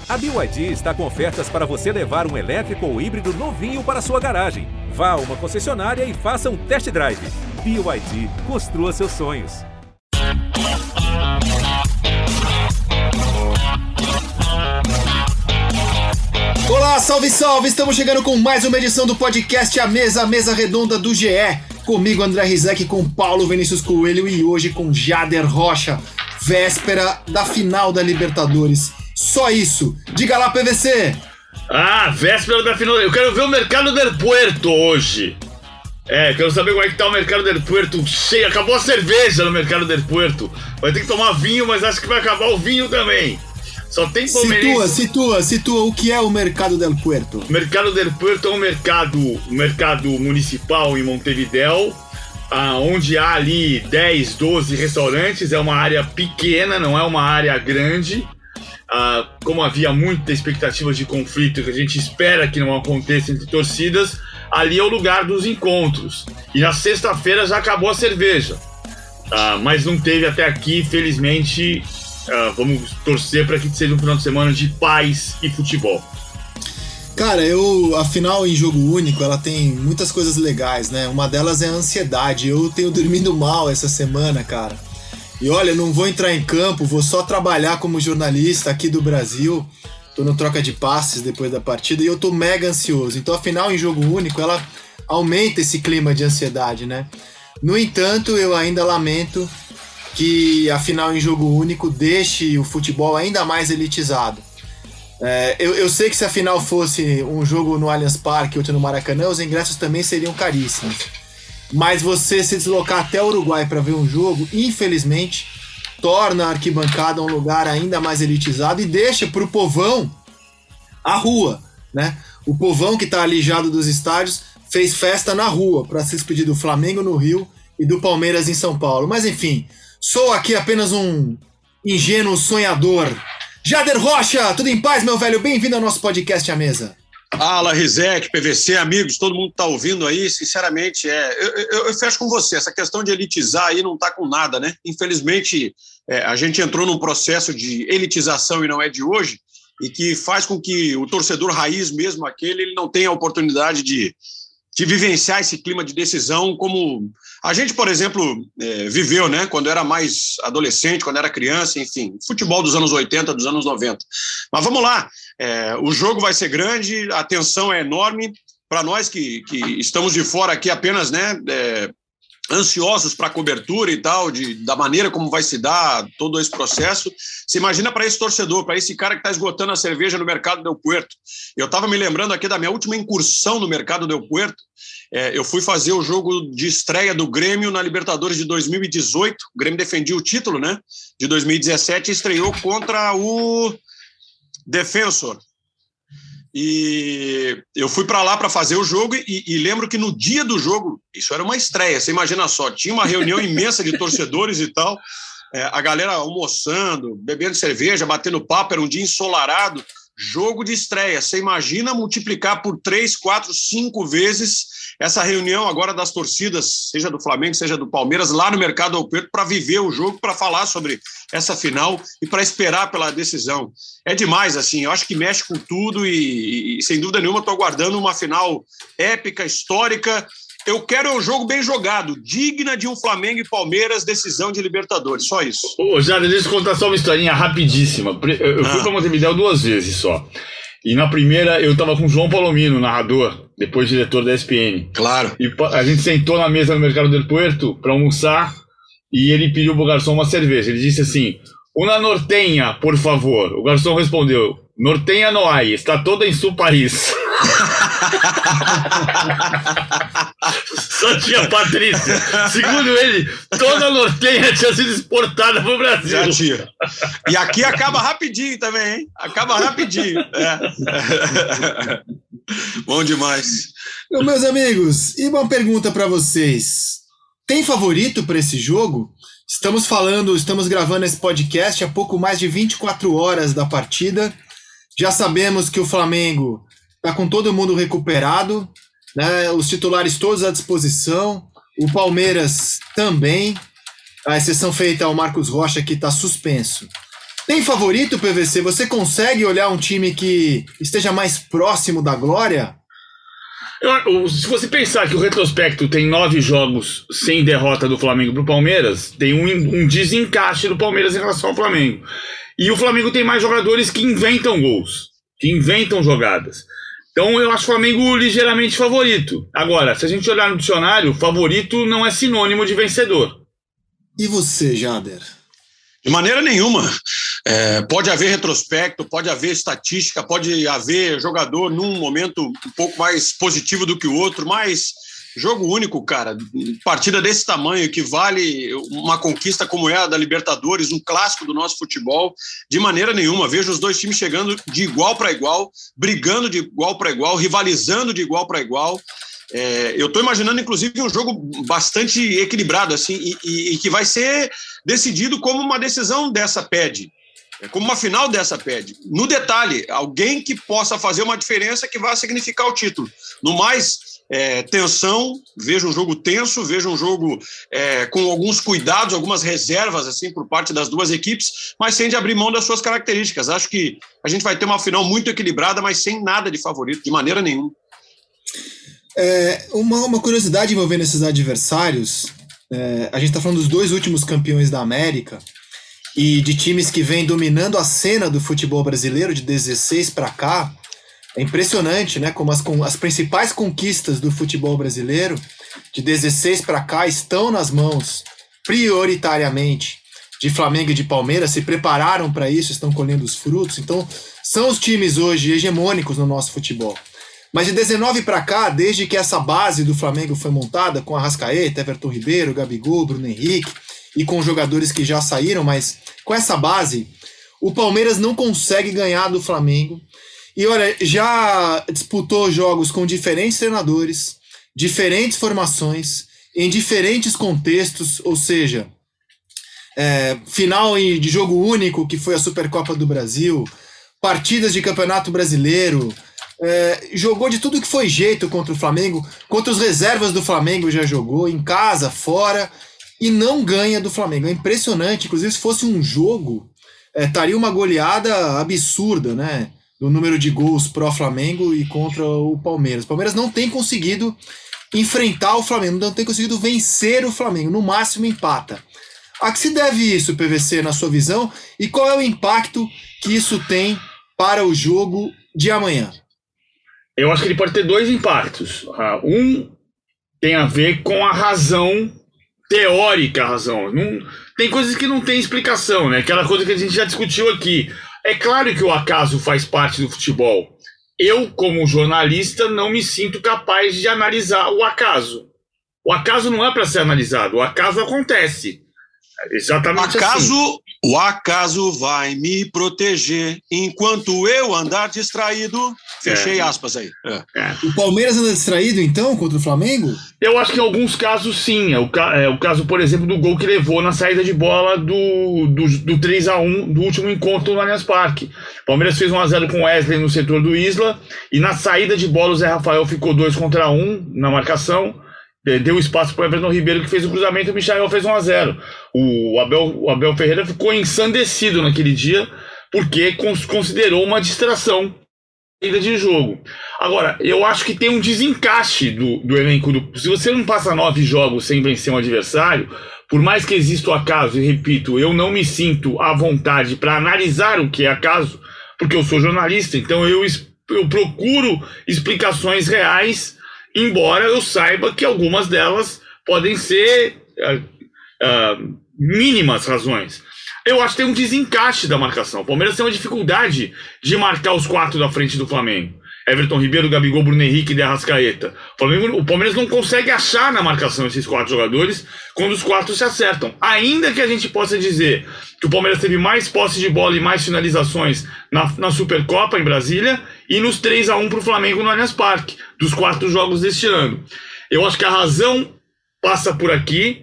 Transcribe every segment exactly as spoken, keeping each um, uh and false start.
A B Y D está com ofertas para você levar um elétrico ou híbrido novinho para sua garagem. Vá a uma concessionária e faça um test drive. B Y D, construa seus sonhos. Olá, salve, salve! Estamos chegando com mais uma edição do podcast A Mesa, a Mesa Redonda do G E. Comigo, André Rizek, com Paulo Vinícius Coelho e hoje com Jader Rocha. Véspera da final da Libertadores. Só isso. Diga lá, P V C. Ah, véspera da final. Eu quero ver o Mercado del Puerto hoje. É, quero saber como é que tá o Mercado del Puerto cheio. Acabou a cerveja no Mercado del Puerto. Vai ter que tomar vinho, mas acho que vai acabar o vinho também. Só tem palmeirense. Situa, situa, situa o que é o Mercado del Puerto. O Mercado del Puerto é um mercado, um mercado municipal em Montevidéu, ah, onde há ali dez, doze restaurantes. É uma área pequena, não é uma área grande. Ah, como havia muita expectativa de conflito que a gente espera que não aconteça entre torcidas, ali é o lugar dos encontros. E na sexta-feira já acabou a cerveja, ah, mas não teve até aqui, felizmente. Ah, vamos torcer para que seja um final de semana de paz e futebol. Cara, eu, a final em jogo único, ela tem muitas coisas legais, né? Uma delas é a ansiedade. Eu tenho dormido mal essa semana, cara. E olha, não vou entrar em campo, vou só trabalhar como jornalista aqui do Brasil. Tô no troca de passes depois da partida e eu tô mega ansioso. Então a final em jogo único, ela aumenta esse clima de ansiedade, né? No entanto, eu ainda lamento que a final em jogo único deixe o futebol ainda mais elitizado. É, eu, eu sei que se a final fosse um jogo no Allianz Parque ou outro no Maracanã, os ingressos também seriam caríssimos. Mas você se deslocar até o Uruguai para ver um jogo, infelizmente, torna a arquibancada um lugar ainda mais elitizado e deixa para o povão a rua, né? O povão que está alijado dos estádios fez festa na rua para se despedir do Flamengo no Rio e do Palmeiras em São Paulo. Mas enfim, sou aqui apenas um ingênuo sonhador. Jader Rocha, tudo em paz, meu velho? Bem-vindo ao nosso podcast A Mesa. Fala, Rizek, P V C, amigos, todo mundo que tá ouvindo aí, sinceramente, é, eu, eu, eu fecho com você, essa questão de elitizar aí não tá com nada, né? Infelizmente, é, a gente entrou num processo de elitização e não é de hoje, e que faz com que o torcedor raiz mesmo, aquele, ele não tenha a oportunidade de, de vivenciar esse clima de decisão como a gente, por exemplo, é, viveu, né? Quando era mais adolescente, quando era criança, enfim, futebol dos anos oitenta, dos anos noventa. Mas vamos lá, é, o jogo vai ser grande, a tensão é enorme. Para nós que, que estamos de fora aqui apenas, né, é, ansiosos para a cobertura e tal, de, da maneira como vai se dar todo esse processo, você imagina para esse torcedor, para esse cara que está esgotando a cerveja no Mercado del Puerto. Eu estava me lembrando aqui da minha última incursão no Mercado del Puerto. É, eu fui fazer o jogo de estreia do Grêmio na Libertadores de dois mil e dezoito. O Grêmio defendia o título, né, de dois mil e dezessete e estreou contra o Defensor. E eu fui para lá para fazer o jogo e, e lembro que no dia do jogo, isso era uma estreia, você imagina só, tinha uma reunião imensa de torcedores e tal, é, a galera almoçando, bebendo cerveja, batendo papo, era um dia ensolarado, jogo de estreia. Você imagina multiplicar por três, quatro, cinco vezes essa reunião agora das torcidas, seja do Flamengo, seja do Palmeiras, lá no Mercado del Puerto, para viver o jogo, para falar sobre essa final e para esperar pela decisão. É demais, assim, eu acho que mexe com tudo e, e sem dúvida nenhuma, estou aguardando uma final épica, histórica. Eu quero um jogo bem jogado, digna de um Flamengo e Palmeiras, decisão de Libertadores, só isso. Ô, Jader, deixa eu contar só uma historinha rapidíssima. Eu fui ah. para Montevidéu duas vezes só. E na primeira eu tava com o João Palomino, narrador, depois diretor da E S P N. Claro. E a gente sentou na mesa no Mercado del Puerto para almoçar e ele pediu pro garçom uma cerveja. Ele disse assim, uma nortenha, por favor. O garçom respondeu, nortenha no hay, está toda em su país. Só tinha Patrícia. Segundo ele, toda a nortenha tinha sido exportada pro Brasil. Já tinha. E aqui acaba rapidinho também, hein? Acaba rapidinho. É. Bom demais. Então, meus amigos, e uma pergunta para vocês. Tem favorito para esse jogo? Estamos falando, estamos gravando esse podcast há pouco mais de vinte e quatro horas da partida. Já sabemos que o Flamengo está com todo mundo recuperado, né? Os titulares todos à disposição, o Palmeiras também, a exceção feita ao Marcos Rocha, que está suspenso. Tem favorito, P V C? Você consegue olhar um time que esteja mais próximo da glória? Eu, se você pensar que o retrospecto tem nove jogos sem derrota do Flamengo pro Palmeiras, tem um, um desencaixe do Palmeiras em relação ao Flamengo. E o Flamengo tem mais jogadores que inventam gols, que inventam jogadas. Então eu acho o Flamengo ligeiramente favorito. Agora, se a gente olhar no dicionário, favorito não é sinônimo de vencedor. E você, Jader? De maneira nenhuma. É, pode haver retrospecto, pode haver estatística, pode haver jogador num momento um pouco mais positivo do que o outro, mas jogo único, cara, partida desse tamanho que vale uma conquista como é a da Libertadores, um clássico do nosso futebol, de maneira nenhuma. Vejo os dois times chegando de igual para igual, brigando de igual para igual, rivalizando de igual para igual. É, eu estou imaginando, inclusive, um jogo bastante equilibrado, assim, e, e, e que vai ser decidido como uma decisão dessa P E D, como uma final dessa P E D. No detalhe, alguém que possa fazer uma diferença que vá significar o título. No mais, é, tensão, vejo um jogo tenso, vejo um jogo é, com alguns cuidados, algumas reservas, assim, por parte das duas equipes, mas sem de abrir mão das suas características. Acho que a gente vai ter uma final muito equilibrada, mas sem nada de favorito, de maneira nenhuma. É, uma, uma curiosidade envolvendo esses adversários, é, a gente está falando dos dois últimos campeões da América e de times que vêm dominando a cena do futebol brasileiro de dezesseis para cá. É impressionante, né, como as, as principais conquistas do futebol brasileiro de dezesseis para cá estão nas mãos, prioritariamente, de Flamengo e de Palmeiras, se prepararam para isso, estão colhendo os frutos. Então, são os times hoje hegemônicos no nosso futebol. Mas de dezenove para cá, desde que essa base do Flamengo foi montada, com Arrascaeta, Everton Ribeiro, Gabigol, Bruno Henrique, e com jogadores que já saíram, mas com essa base, o Palmeiras não consegue ganhar do Flamengo. E olha, já disputou jogos com diferentes treinadores, diferentes formações, em diferentes contextos, ou seja, é, final de jogo único, que foi a Supercopa do Brasil, partidas de Campeonato Brasileiro. É, jogou de tudo que foi jeito contra o Flamengo, contra os reservas do Flamengo já jogou, em casa, fora, e não ganha do Flamengo. É impressionante, inclusive se fosse um jogo, é, estaria uma goleada absurda, né, do número de gols pró-Flamengo e contra o Palmeiras. O Palmeiras não tem conseguido enfrentar o Flamengo, não tem conseguido vencer o Flamengo, no máximo empata. A que se deve isso, P V C, na sua visão, e qual é o impacto que isso tem para o jogo de amanhã? Eu acho que ele pode ter dois impactos. Um tem a ver com a razão teórica, a razão. Não, tem coisas que não tem explicação, né? Aquela coisa que a gente já discutiu aqui. É claro que o acaso faz parte do futebol. Eu, como jornalista, não me sinto capaz de analisar o acaso. O acaso não é para ser analisado. O acaso acontece. Exatamente acaso, assim. O acaso vai me proteger enquanto eu andar distraído. Fechei é. aspas aí. É. É. O Palmeiras anda distraído, então, contra o Flamengo? Eu acho que em alguns casos, sim. É o, é o caso, por exemplo, do gol que levou na saída de bola do, do, do três a um do último encontro no Allianz Parque. O Palmeiras fez um a zero com o Wesley no setor do Isla, e na saída de bola o Zé Rafael ficou dois contra um na marcação. Deu espaço para o Everton Ribeiro, que fez o cruzamento, e o Michael fez um a zero. O Abel, o Abel Ferreira ficou ensandecido naquele dia, porque considerou uma distração de jogo. Agora, eu acho que tem um desencaixe do, do elenco. Do, se você não passa nove jogos sem vencer um adversário, por mais que exista o acaso, e repito, eu não me sinto à vontade para analisar o que é acaso, porque eu sou jornalista, então eu, eu procuro explicações reais, embora eu saiba que algumas delas podem ser uh, uh, mínimas razões. Eu acho que tem um desencaixe da marcação. O Palmeiras tem uma dificuldade de marcar os quatro da frente do Flamengo. Everton Ribeiro, Gabigol, Bruno Henrique e Arrascaeta. O, Flamengo, o Palmeiras não consegue achar na marcação esses quatro jogadores quando os quatro se acertam. Ainda que a gente possa dizer que o Palmeiras teve mais posse de bola e mais finalizações na, na Supercopa em Brasília e nos três a um para o Flamengo no Allianz Parque, dos quatro jogos deste ano. Eu acho que a razão passa por aqui.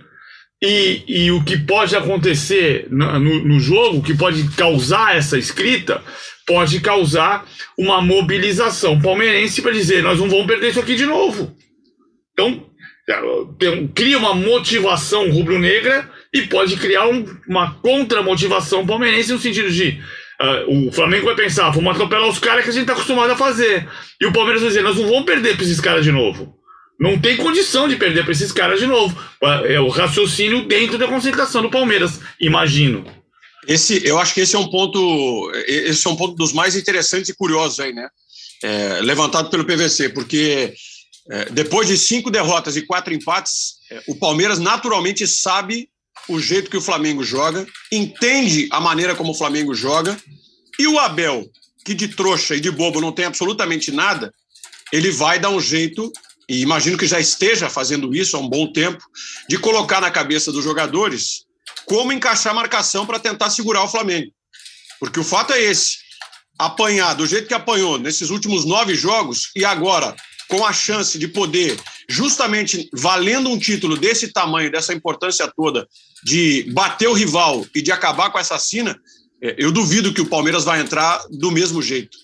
E, e o que pode acontecer no, no, no jogo, o que pode causar essa escrita, pode causar uma mobilização palmeirense para dizer, nós não vamos perder isso aqui de novo. Então, tem, cria uma motivação rubro-negra e pode criar um, uma contramotivação palmeirense no sentido de uh, o Flamengo vai pensar, vamos atropelar os caras que a gente está acostumado a fazer. E o Palmeiras vai dizer, nós não vamos perder para esses caras de novo. Não tem condição de perder para esses caras de novo. É o raciocínio dentro da concentração do Palmeiras, imagino. Esse, eu acho que esse é um ponto, esse é um ponto dos mais interessantes e curiosos aí, né? É, levantado pelo P V C, porque é, depois de cinco derrotas e quatro empates, é, o Palmeiras naturalmente sabe o jeito que o Flamengo joga, entende a maneira como o Flamengo joga, e o Abel, que de trouxa e de bobo não tem absolutamente nada, ele vai dar um jeito, e imagino que já esteja fazendo isso há um bom tempo, de colocar na cabeça dos jogadores como encaixar a marcação para tentar segurar o Flamengo. Porque o fato é esse, apanhar do jeito que apanhou nesses últimos nove jogos e agora com a chance de poder, justamente valendo um título desse tamanho, dessa importância toda, de bater o rival e de acabar com essa sina, eu duvido que o Palmeiras vai entrar do mesmo jeito.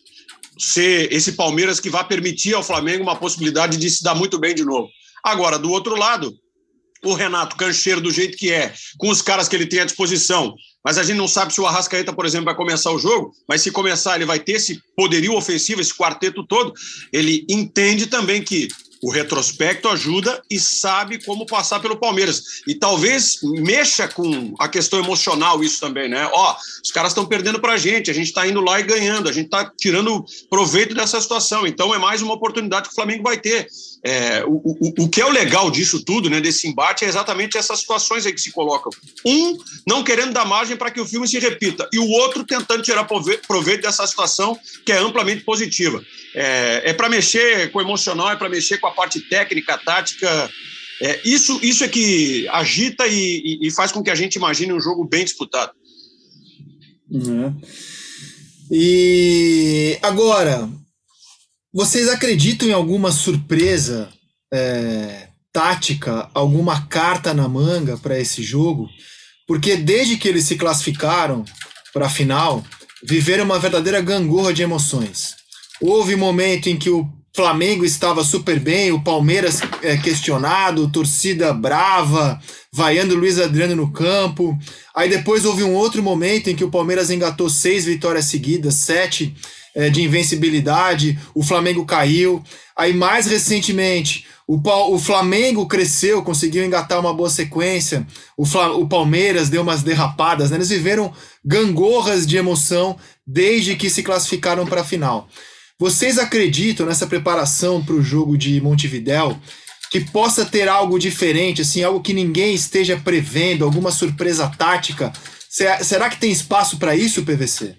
Ser esse Palmeiras que vai permitir ao Flamengo uma possibilidade de se dar muito bem de novo. Agora, do outro lado, o Renato Cancheiro do jeito que é, com os caras que ele tem à disposição, mas a gente não sabe se o Arrascaeta, por exemplo, vai começar o jogo, mas se começar ele vai ter esse poderio ofensivo, esse quarteto todo, ele entende também que o retrospecto ajuda e sabe como passar pelo Palmeiras. E talvez mexa com a questão emocional isso também, né? Ó, os caras estão perdendo pra gente, a gente tá indo lá e ganhando, a gente tá tirando proveito dessa situação. Então é mais uma oportunidade que o Flamengo vai ter. É, o, o, o que é o legal disso tudo, né, desse embate, é exatamente essas situações aí que se colocam. Um não querendo dar margem para que o filme se repita, e o outro tentando tirar proveito dessa situação que é amplamente positiva. É, é para mexer com o emocional, é para mexer com a parte técnica, tática. É, isso, isso é que agita e, e, e faz com que a gente imagine um jogo bem disputado. Uhum. E agora, vocês acreditam em alguma surpresa é, tática, alguma carta na manga para esse jogo? Porque desde que eles se classificaram para a final, viveram uma verdadeira gangorra de emoções. Houve momento em que o Flamengo estava super bem, o Palmeiras é, questionado, torcida brava, vaiando o Luiz Adriano no campo. Aí depois houve um outro momento em que o Palmeiras engatou seis vitórias seguidas, sete é, de invencibilidade, o Flamengo caiu. Aí mais recentemente, o, o Flamengo cresceu, conseguiu engatar uma boa sequência, o, Fla, o Palmeiras deu umas derrapadas, né? Eles viveram gangorras de emoção desde que se classificaram para a final. Vocês acreditam nessa preparação para o jogo de Montevidéu que possa ter algo diferente, assim, algo que ninguém esteja prevendo, alguma surpresa tática? Será que tem espaço para isso, P V C?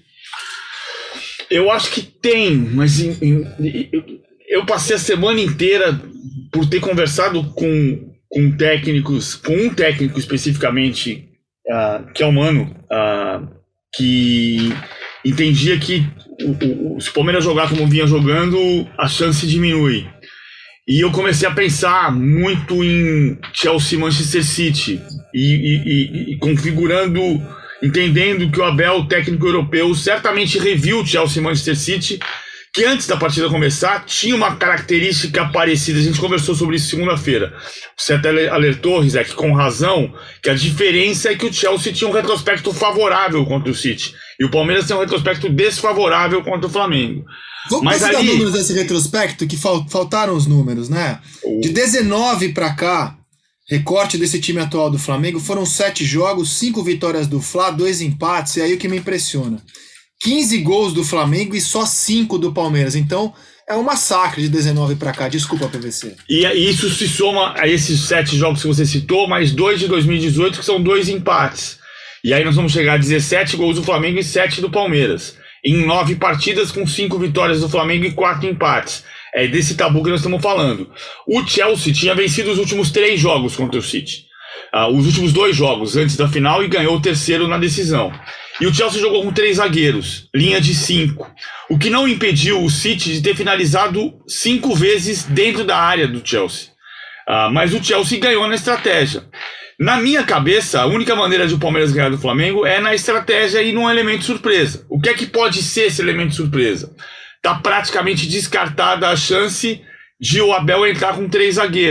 Eu acho que tem, mas em, em, eu passei a semana inteira por ter conversado com, com técnicos, com um técnico especificamente, uh, que é o Mano, uh, que entendia que o, o, se o Palmeiras jogar como vinha jogando, a chance diminui. E eu comecei a pensar muito em Chelsea e Manchester City, e, e, e, e configurando, entendendo que o Abel, técnico europeu, certamente reviu o Chelsea e Manchester City, que antes da partida começar tinha uma característica parecida. A gente conversou sobre isso segunda-feira. Você até alertou, Rizek, com razão, que a diferença é que o Chelsea tinha um retrospecto favorável contra o City e o Palmeiras tem um retrospecto desfavorável contra o Flamengo. Vamos Mas dar ali... números desse retrospecto, que fal- faltaram os números, né? De dezenove para cá, recorte desse time atual do Flamengo, foram sete jogos, cinco vitórias do Fla, dois empates, e aí o que me impressiona. quinze gols do Flamengo e só cinco do Palmeiras. Então, é um massacre de dezenove para cá. Desculpa, P V C. E isso se soma a esses sete jogos que você citou, mais dois de dois mil e dezoito, que são dois empates. E aí nós vamos chegar a dezessete gols do Flamengo e sete do Palmeiras. Em nove partidas, com cinco vitórias do Flamengo e quatro empates. É desse tabu que nós estamos falando. O Chelsea tinha vencido os últimos três jogos contra o City. Uh, os últimos dois jogos antes da final, e ganhou o terceiro na decisão. E o Chelsea jogou com três zagueiros, linha de cinco, o que não impediu o City de ter finalizado cinco vezes dentro da área do Chelsea. Uh, mas o Chelsea ganhou na estratégia. Na minha cabeça, a única maneira de o Palmeiras ganhar do Flamengo é na estratégia e num elemento surpresa. O que é que pode ser esse elemento surpresa? Está praticamente descartada a chance de o Abel entrar com três zagueiros.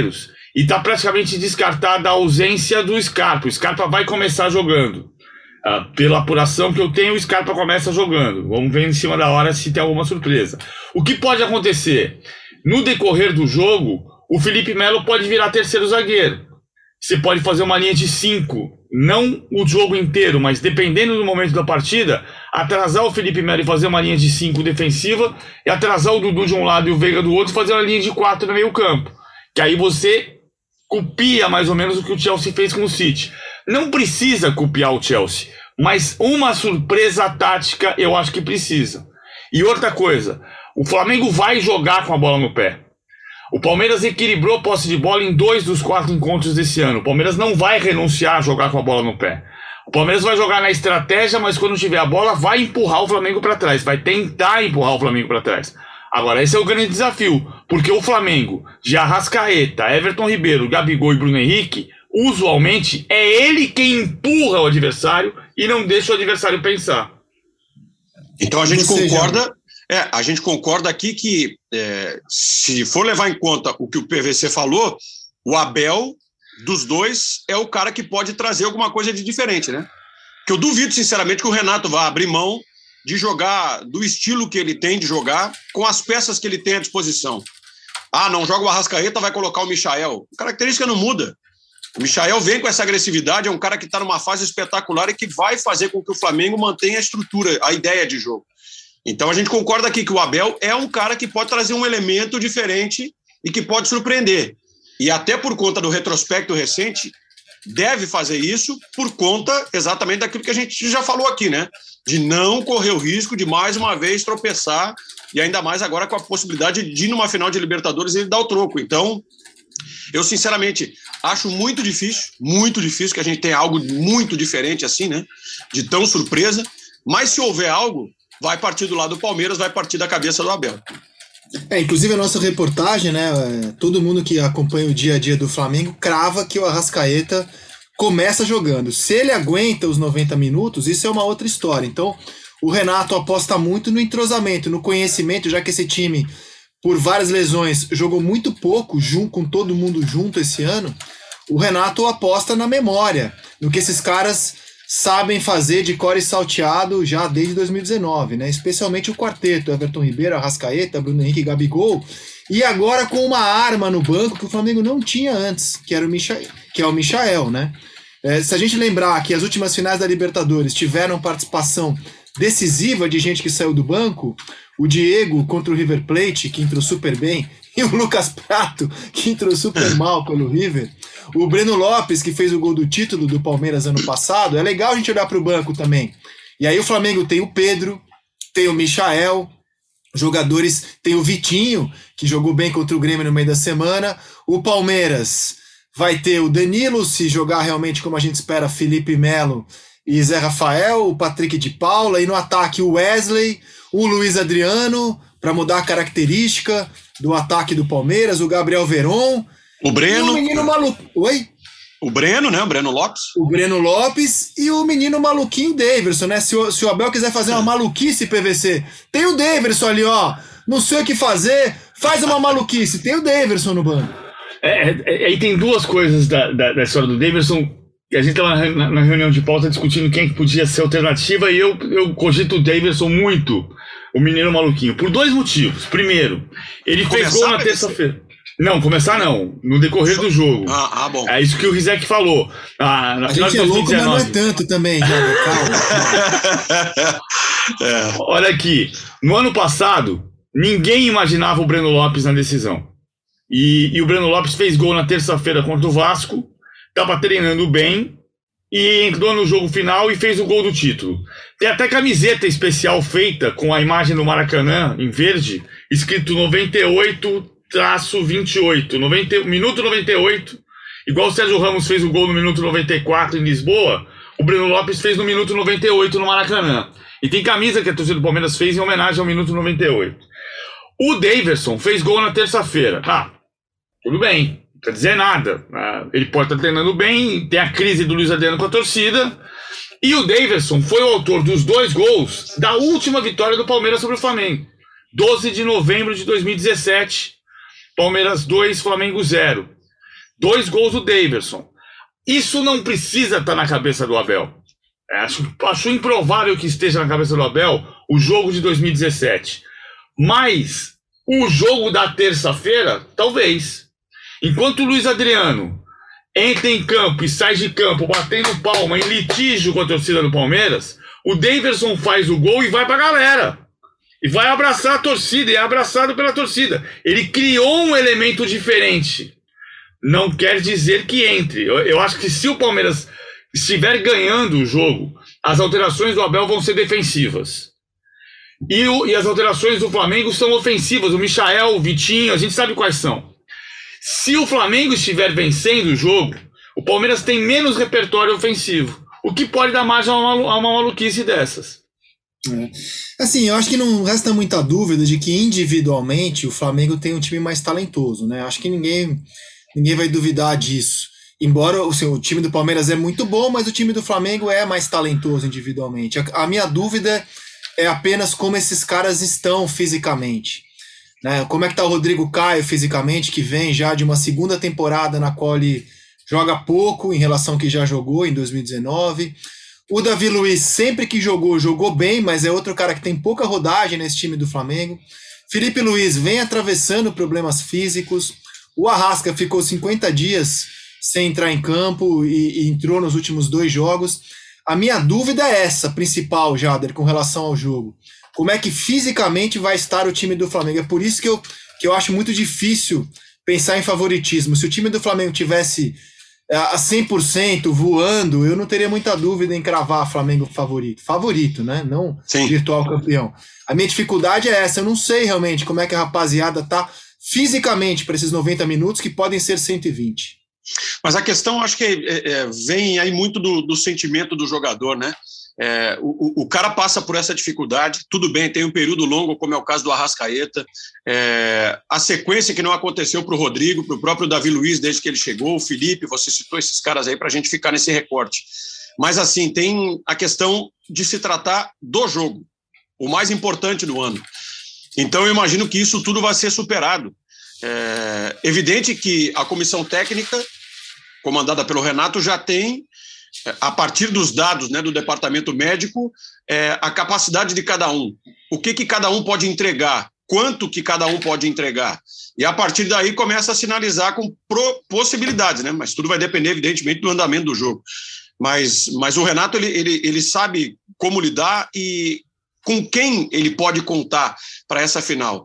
e está praticamente descartada a ausência do Scarpa. O Scarpa vai começar jogando. Uh, pela apuração que eu tenho, o Scarpa começa jogando. Vamos ver em cima da hora se tem alguma surpresa. O que pode acontecer? No decorrer do jogo, o Felipe Melo pode virar terceiro zagueiro. Você pode fazer uma linha de cinco, não o jogo inteiro, mas dependendo do momento da partida, atrasar o Felipe Melo e fazer uma linha de cinco defensiva, e atrasar o Dudu de um lado e o Veiga do outro e fazer uma linha de quatro no meio campo. Que aí você copia mais ou menos o que o Chelsea fez com o City. Não precisa copiar o Chelsea, mas uma surpresa tática eu acho que precisa. E outra coisa, o Flamengo vai jogar com a bola no pé. O Palmeiras equilibrou a posse de bola em dois dos quatro encontros desse ano. O Palmeiras não vai renunciar a jogar com a bola no pé. O Palmeiras vai jogar na estratégia, mas quando tiver a bola vai empurrar o Flamengo para trás, vai tentar empurrar o Flamengo para trás. Agora, esse é o grande desafio, porque o Flamengo, de Arrascaeta, Everton Ribeiro, Gabigol e Bruno Henrique, usualmente é ele quem empurra o adversário e não deixa o adversário pensar. Então a gente Ou seja, concorda, é, a gente concorda aqui que é, se for levar em conta o que o P V C falou, o Abel, dos dois, é o cara que pode trazer alguma coisa de diferente, né? Que eu duvido, sinceramente, que o Renato vá abrir mão de jogar do estilo que ele tem de jogar, com as peças que ele tem à disposição. Ah, não joga o Arrascaeta, vai colocar o Michael. A característica não muda. O Michael vem com essa agressividade, é um cara que está numa fase espetacular e que vai fazer com que o Flamengo mantenha a estrutura, a ideia de jogo. Então a gente concorda aqui que o Abel é um cara que pode trazer um elemento diferente e que pode surpreender. E até por conta do retrospecto recente, deve fazer isso por conta exatamente daquilo que a gente já falou aqui, né? De não correr o risco de mais uma vez tropeçar, e ainda mais agora com a possibilidade de ir numa final de Libertadores e ele dar o troco. Então, eu sinceramente acho muito difícil, muito difícil que a gente tenha algo muito diferente assim, né? De tão surpresa, mas se houver algo, vai partir do lado do Palmeiras, vai partir da cabeça do Abel. É, inclusive a nossa reportagem, né? Todo mundo que acompanha o dia a dia do Flamengo crava que o Arrascaeta começa jogando. Se ele aguenta os noventa minutos, isso é uma outra história. Então, o Renato aposta muito no entrosamento, no conhecimento, já que esse time, por várias lesões, jogou muito pouco junto com todo mundo junto esse ano. O Renato aposta na memória, no que esses caras sabem fazer de core salteado já desde dois mil e dezenove, né? Especialmente o quarteto, Everton Ribeiro, Arrascaeta, Bruno Henrique e Gabigol, e agora com uma arma no banco que o Flamengo não tinha antes, que, era o Michael, que é o Michael, né? É, se a gente lembrar que as últimas finais da Libertadores tiveram participação decisiva de gente que saiu do banco, o Diego contra o River Plate, que entrou super bem, e o Lucas Prato, que entrou super mal pelo River, o Breno Lopes, que fez o gol do título do Palmeiras ano passado. É legal a gente olhar para o banco também. E aí o Flamengo tem o Pedro, tem o Michael, jogadores, tem o Vitinho, que jogou bem contra o Grêmio no meio da semana. O Palmeiras vai ter o Danilo, se jogar realmente como a gente espera, Felipe Melo e Zé Rafael, o Patrick de Paula, e no ataque o Wesley, o Luiz Adriano, para mudar a característica do ataque do Palmeiras, o Gabriel Veron, o Breno, e o menino maluco. Oi? O Breno, né? O Breno Lopes. O Breno Lopes e o menino maluquinho Daverson, né? Se o, se o Abel quiser fazer uma maluquice, P V C, tem o Daverson ali, ó. Não sei o que fazer, faz uma maluquice. Tem o Daverson no banco. É, é, aí tem duas coisas da, da, da história do Daverson. A gente estava na, na reunião de pauta discutindo quem que podia ser alternativa, e eu, eu cogito o Daverson muito, o menino maluquinho, por dois motivos. Primeiro, ele fez gol na terça-feira. Não, começar não, no decorrer Só... do jogo. Ah, ah, bom. É isso que o Rizek falou. Ah, na a final gente de é louco, mas não é tanto também, já, calma. é. Olha aqui, no ano passado, ninguém imaginava o Breno Lopes na decisão. E, e o Breno Lopes fez gol na terça-feira contra o Vasco, estava treinando bem, e entrou no jogo final e fez o gol do título. Tem até camiseta especial feita com a imagem do Maracanã, em verde, escrito noventa e oito traço vinte e oito, noventa, minuto noventa e oito, igual o Sérgio Ramos fez o gol no minuto noventa e quatro em Lisboa, o Breno Lopes fez no minuto noventa e oito no Maracanã. E tem camisa que a torcida do Palmeiras fez em homenagem ao minuto noventa e oito. O Daverson fez gol na terça-feira. Ah, tudo bem, não quer dizer nada. Ah, ele pode estar treinando bem, tem a crise do Luiz Adriano com a torcida. E o Daverson foi o autor dos dois gols da última vitória do Palmeiras sobre o Flamengo. doze de novembro de dois mil e dezessete, Palmeiras dois, Flamengo zero. Dois gols do Daverson. Isso não precisa estar na cabeça do Abel. É, acho, acho improvável que esteja na cabeça do Abel o jogo de dois mil e dezessete. Mas o jogo da terça-feira, talvez. Enquanto o Luiz Adriano entra em campo e sai de campo batendo palma em litígio com a torcida do Palmeiras, o Daverson faz o gol e vai pra galera. E vai abraçar a torcida, e é abraçado pela torcida. Ele criou um elemento diferente. Não quer dizer que entre. Eu, eu acho que se o Palmeiras estiver ganhando o jogo, as alterações do Abel vão ser defensivas. E, o, e as alterações do Flamengo são ofensivas. O Michael, o Vitinho, a gente sabe quais são. Se o Flamengo estiver vencendo o jogo, o Palmeiras tem menos repertório ofensivo, o que pode dar margem a uma, a uma maluquice dessas. É. Assim, eu acho que não resta muita dúvida de que individualmente o Flamengo tem um time mais talentoso, né? Acho que ninguém, ninguém vai duvidar disso. Embora o, seu, o time do Palmeiras é muito bom, mas o time do Flamengo é mais talentoso individualmente. A, a minha dúvida é apenas como esses caras estão fisicamente. Né? Como é que tá o Rodrigo Caio fisicamente, que vem já de uma segunda temporada na qual ele joga pouco em relação ao que já jogou em dois mil e dezenove. O Davi Luiz, sempre que jogou, jogou bem, mas é outro cara que tem pouca rodagem nesse time do Flamengo. Felipe Luiz vem atravessando problemas físicos. O Arrasca ficou cinquenta dias sem entrar em campo e, e entrou nos últimos dois jogos. A minha dúvida é essa, principal, Jader, com relação ao jogo. Como é que fisicamente vai estar o time do Flamengo? É por isso que eu, que eu acho muito difícil pensar em favoritismo. Se o time do Flamengo tivesse a cem por cento voando, eu não teria muita dúvida em cravar Flamengo favorito. Favorito, né? Não Sim. virtual campeão. A minha dificuldade é essa. Eu não sei realmente como é que a rapaziada tá fisicamente para esses noventa minutos, que podem ser cento e vinte. Mas a questão, acho que é, é, vem aí muito do, do sentimento do jogador, né? É, o, o cara passa por essa dificuldade, tudo bem, tem um período longo, como é o caso do Arrascaeta, é, a sequência que não aconteceu para o Rodrigo, para o próprio Davi Luiz desde que ele chegou, o Felipe, você citou esses caras aí para a gente ficar nesse recorte. Mas assim, tem a questão de se tratar do jogo, o mais importante do ano. Então eu imagino que isso tudo vai ser superado. É evidente que a comissão técnica, comandada pelo Renato, já tem, a partir dos dados, né, do departamento médico, é, a capacidade de cada um. O que, que cada um pode entregar, quanto que cada um pode entregar. E a partir daí começa a sinalizar com pro, possibilidades, né? Mas tudo vai depender, evidentemente, do andamento do jogo. Mas, mas o Renato ele, ele, ele sabe como lidar e com quem ele pode contar para essa final.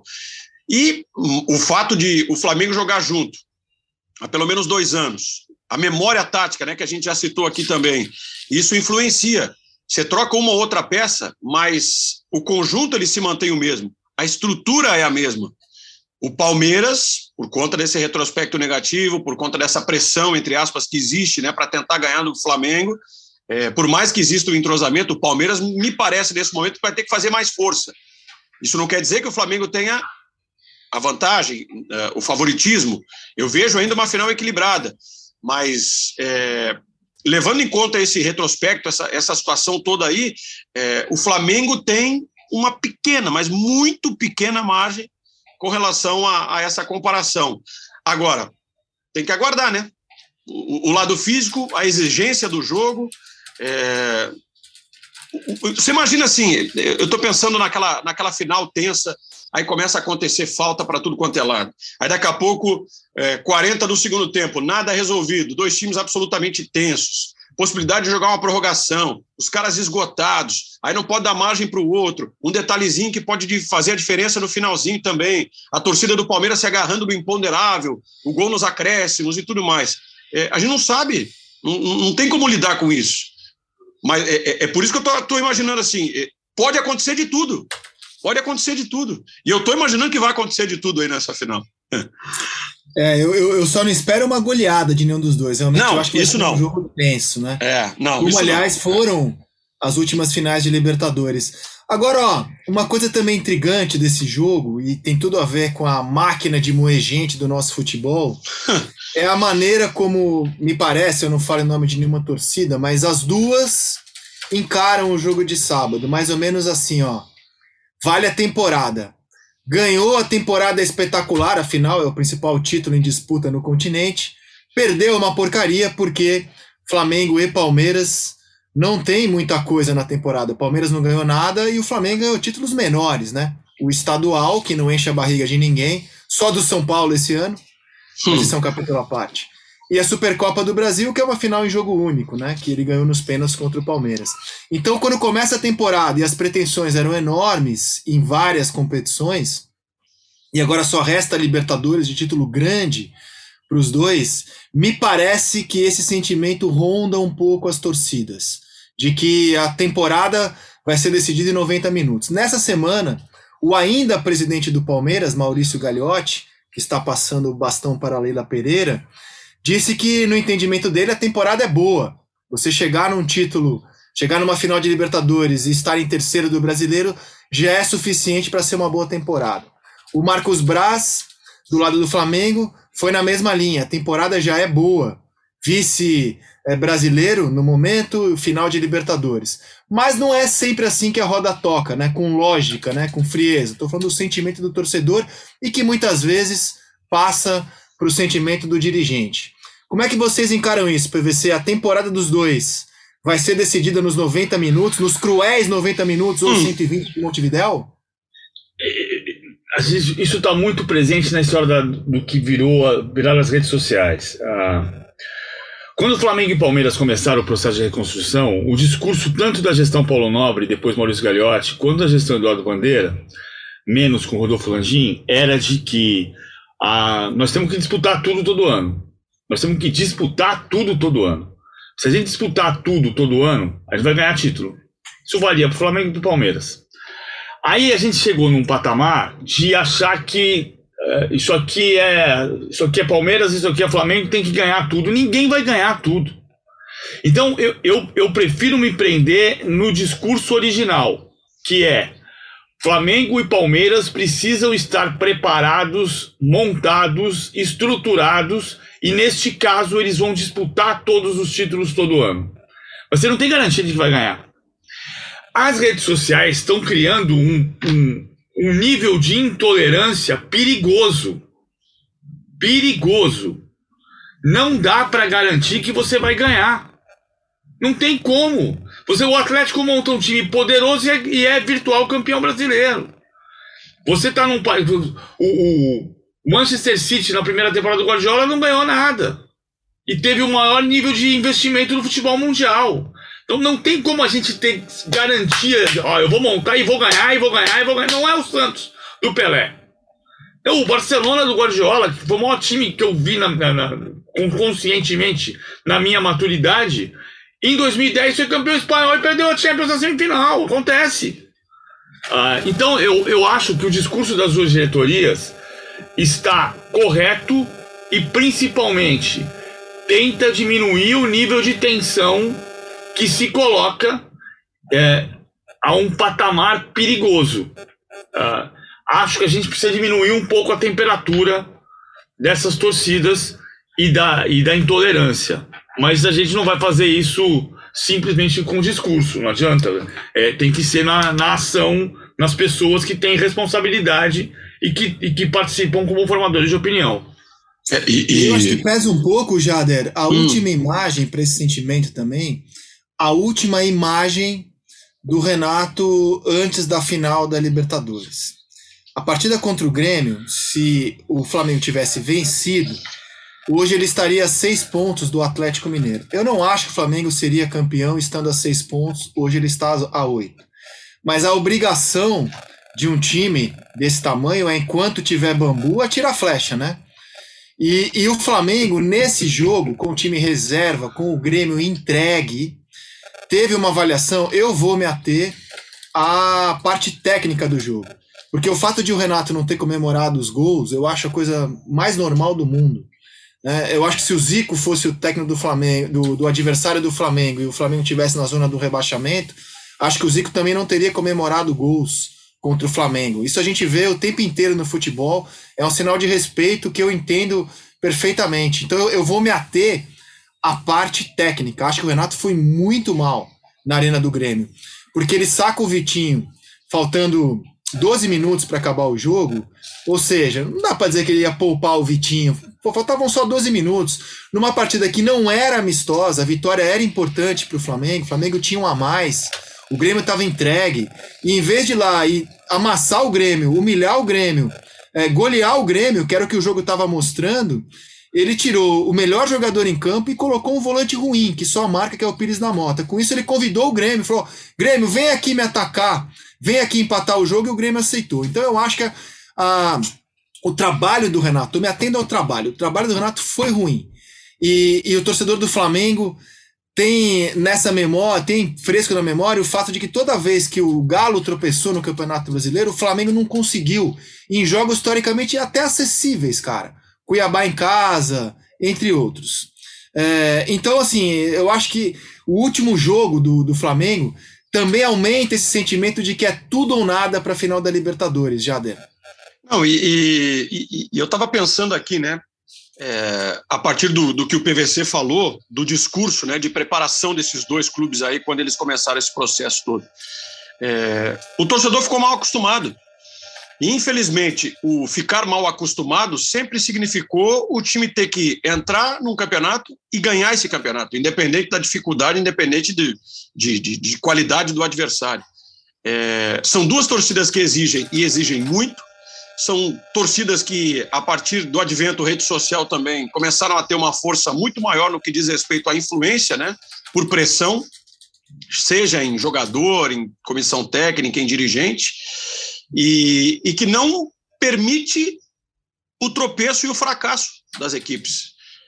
E o fato de o Flamengo jogar junto há pelo menos dois anos, a memória tática, né, que a gente já citou aqui também, isso influencia. Você troca uma ou outra peça, mas o conjunto ele se mantém o mesmo. A estrutura é a mesma. O Palmeiras, por conta desse retrospecto negativo, por conta dessa pressão, entre aspas, que existe, né, para tentar ganhar do Flamengo, é, por mais que exista o entrosamento, o Palmeiras, me parece, nesse momento, vai ter que fazer mais força. Isso não quer dizer que o Flamengo tenha a vantagem, uh, o favoritismo. Eu vejo ainda uma final equilibrada, mas é, levando em conta esse retrospecto, essa, essa situação toda aí, é, o Flamengo tem uma pequena, mas muito pequena margem com relação a, a essa comparação. Agora, tem que aguardar, né? O, o lado físico, a exigência do jogo. É, você imagina assim, eu estou pensando naquela, naquela final tensa, aí começa a acontecer falta para tudo quanto é lado. Aí daqui a pouco, é, quarenta do segundo tempo, nada resolvido, dois times absolutamente tensos, possibilidade de jogar uma prorrogação, os caras esgotados, aí não pode dar margem para o outro, um detalhezinho que pode fazer a diferença no finalzinho também, a torcida do Palmeiras se agarrando no imponderável, o gol nos acréscimos e tudo mais. É, a gente não sabe, não, não tem como lidar com isso. Mas é, é, é por isso que eu estou imaginando assim, é, pode acontecer de tudo. Pode acontecer de tudo. E eu estou imaginando que vai acontecer de tudo aí nessa final. É, eu, eu só não espero uma goleada de nenhum dos dois. Realmente, não, eu acho que isso vai ser não. um jogo tenso, né? É, não, Como, isso aliás, não. foram as últimas finais de Libertadores. Agora, ó, uma coisa também intrigante desse jogo, e tem tudo a ver com a máquina de moer gente do nosso futebol, é a maneira como, me parece, eu não falo em nome de nenhuma torcida, mas as duas encaram o jogo de sábado, mais ou menos assim, ó. Vale a temporada. Ganhou a temporada espetacular, afinal é o principal título em disputa no continente. Perdeu uma porcaria porque Flamengo e Palmeiras não tem muita coisa na temporada. O Palmeiras não ganhou nada e o Flamengo ganhou títulos menores, né? O estadual, que não enche a barriga de ninguém, só do São Paulo esse ano, mas isso é um capítulo à parte. E a Supercopa do Brasil, que é uma final em jogo único, né? Que ele ganhou nos pênaltis contra o Palmeiras. Então, quando começa a temporada e as pretensões eram enormes em várias competições, e agora só resta a Libertadores de título grande para os dois, me parece que esse sentimento ronda um pouco as torcidas, de que a temporada vai ser decidida em noventa minutos. Nessa semana, o ainda presidente do Palmeiras, Maurício Gagliotti, que está passando o bastão para a Leila Pereira, disse que, no entendimento dele, a temporada é boa. Você chegar num título, chegar numa final de Libertadores e estar em terceiro do Brasileiro já é suficiente para ser uma boa temporada. O Marcos Braz, do lado do Flamengo, foi na mesma linha. A temporada já é boa. Vice é, brasileiro, no momento, final de Libertadores. Mas não é sempre assim que a roda toca, né? Com lógica, né? Com frieza. Estou falando do sentimento do torcedor e que muitas vezes passa para o sentimento do dirigente. Como é que vocês encaram isso, P V C? A temporada dos dois vai ser decidida nos noventa minutos, nos cruéis noventa minutos ou hum. cento e vinte de Montevidéu? Isso está muito presente na história da, do que virou virar as redes sociais. Ah, quando o Flamengo e Palmeiras começaram o processo de reconstrução, o discurso tanto da gestão Paulo Nobre, depois Maurício Gagliotti, quanto da gestão Eduardo Bandeira, menos com Rodolfo Landim, era de que ah, nós temos que disputar tudo todo ano. Nós temos que disputar tudo todo ano. Se a gente disputar tudo todo ano, a gente vai ganhar título. Isso valia para o Flamengo e para o Palmeiras. Aí a gente chegou num patamar de achar que uh, isso aqui é isso aqui é Palmeiras, isso aqui é Flamengo, tem que ganhar tudo. Ninguém vai ganhar tudo. Então eu, eu, eu prefiro me prender no discurso original, que é Flamengo e Palmeiras precisam estar preparados, montados, estruturados, e neste caso eles vão disputar todos os títulos todo ano. Mas você não tem garantia de que vai ganhar. As redes sociais estão criando um, um, um nível de intolerância perigoso. Perigoso. Não dá para garantir que você vai ganhar. Não tem como. Você, o Atlético monta um time poderoso e é, e é virtual campeão brasileiro. Você está num país... O, o Manchester City, na primeira temporada do Guardiola, não ganhou nada. E teve o maior nível de investimento no futebol mundial. Então não tem como a gente ter garantia de, ó, eu vou montar e vou ganhar, e vou ganhar, e vou ganhar. Não é o Santos do Pelé. É o Barcelona do Guardiola, que foi o maior time que eu vi na, na, na, conscientemente na minha maturidade. Em dois mil e dez foi campeão espanhol e perdeu a Champions na semifinal. Acontece. Ah, então eu, eu acho que o discurso das duas diretorias está correto e principalmente tenta diminuir o nível de tensão que se coloca é, a um patamar perigoso. Uh, acho que a gente precisa diminuir um pouco a temperatura dessas torcidas e da, e da intolerância. Mas a gente não vai fazer isso simplesmente com discurso, não adianta. É, tem que ser na, na ação, nas pessoas que têm responsabilidade e que, e que participam como formadores de opinião. É, e, e... Eu acho que pesa um pouco, Jader, a hum. última imagem para esse sentimento também, a última imagem do Renato antes da final da Libertadores. A partida contra o Grêmio, se o Flamengo tivesse vencido, hoje ele estaria a seis pontos do Atlético Mineiro. Eu não acho que o Flamengo seria campeão estando a seis pontos, hoje ele está a oito. Mas a obrigação de um time desse tamanho é, enquanto tiver bambu, atirar flecha, né? E, e o Flamengo, nesse jogo, com o time reserva, com o Grêmio entregue, teve uma avaliação. Eu vou me ater à parte técnica do jogo, porque o fato de o Renato não ter comemorado os gols, eu acho a coisa mais normal do mundo. É, eu acho que se o Zico fosse o técnico do Flamengo, do, do adversário do Flamengo, e o Flamengo estivesse na zona do rebaixamento, acho que o Zico também não teria comemorado gols contra o Flamengo. Isso a gente vê o tempo inteiro no futebol, é um sinal de respeito que eu entendo perfeitamente. Então eu, eu vou me ater à parte técnica. Acho que o Renato foi muito mal na Arena do Grêmio, porque ele saca o Vitinho faltando doze minutos para acabar o jogo, ou seja, não dá para dizer que ele ia poupar o Vitinho Pô, faltavam só doze minutos. Numa partida que não era amistosa, a vitória era importante para o Flamengo. O Flamengo tinha um a mais. O Grêmio estava entregue. E em vez de ir lá e amassar o Grêmio, humilhar o Grêmio, é, golear o Grêmio, que era o que o jogo estava mostrando, ele tirou o melhor jogador em campo e colocou um volante ruim, que só marca, que é o Pires da Mota. Com isso ele convidou o Grêmio, falou, Grêmio, vem aqui me atacar, vem aqui empatar o jogo, e o Grêmio aceitou. Então eu acho que a, a, o trabalho do Renato, eu me atendo ao trabalho, o trabalho do Renato foi ruim. E, e o torcedor do Flamengo tem nessa memória, tem fresco na memória o fato de que toda vez que o Galo tropeçou no Campeonato Brasileiro, o Flamengo não conseguiu, em jogos historicamente até acessíveis, cara. Cuiabá em casa, entre outros. É, então, assim, eu acho que o último jogo do, do Flamengo também aumenta esse sentimento de que é tudo ou nada para a final da Libertadores, Jader. Não, e, e, e eu estava pensando aqui, né, é, a partir do, do que o P V C falou, do discurso, né, de preparação desses dois clubes aí, quando eles começaram esse processo todo. É, o torcedor ficou mal acostumado. E, infelizmente, o ficar mal acostumado sempre significou o time ter que entrar num campeonato e ganhar esse campeonato, independente da dificuldade, independente de, de, de, de qualidade do adversário. É, são duas torcidas que exigem, e exigem muito. São torcidas que, a partir do advento rede social também, começaram a ter uma força muito maior no que diz respeito à influência, né, por pressão, seja em jogador, em comissão técnica, em dirigente. E, e que não permite o tropeço e o fracasso das equipes.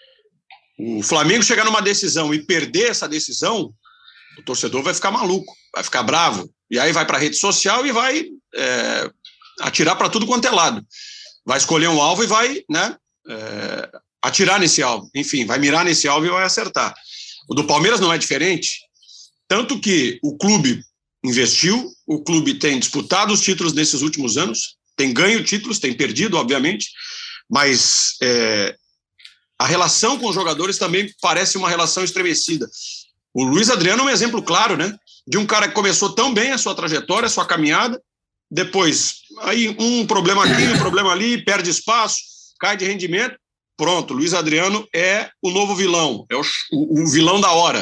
O Flamengo chegar numa decisão e perder essa decisão, o torcedor vai ficar maluco, vai ficar bravo, e aí vai para a rede social e vai é, atirar para tudo quanto é lado. Vai escolher um alvo e vai, né, é, atirar nesse alvo. Enfim, vai mirar nesse alvo e vai acertar. O do Palmeiras não é diferente, tanto que o clube investiu, o clube tem disputado os títulos nesses últimos anos, tem ganho títulos, tem perdido, obviamente, mas é, a relação com os jogadores também parece uma relação estremecida. O Luiz Adriano é um exemplo claro, né, de um cara que começou tão bem a sua trajetória, a sua caminhada, depois aí um problema aqui, um problema ali, perde espaço, cai de rendimento, pronto, Luiz Adriano é o novo vilão, é o, o, o vilão da hora.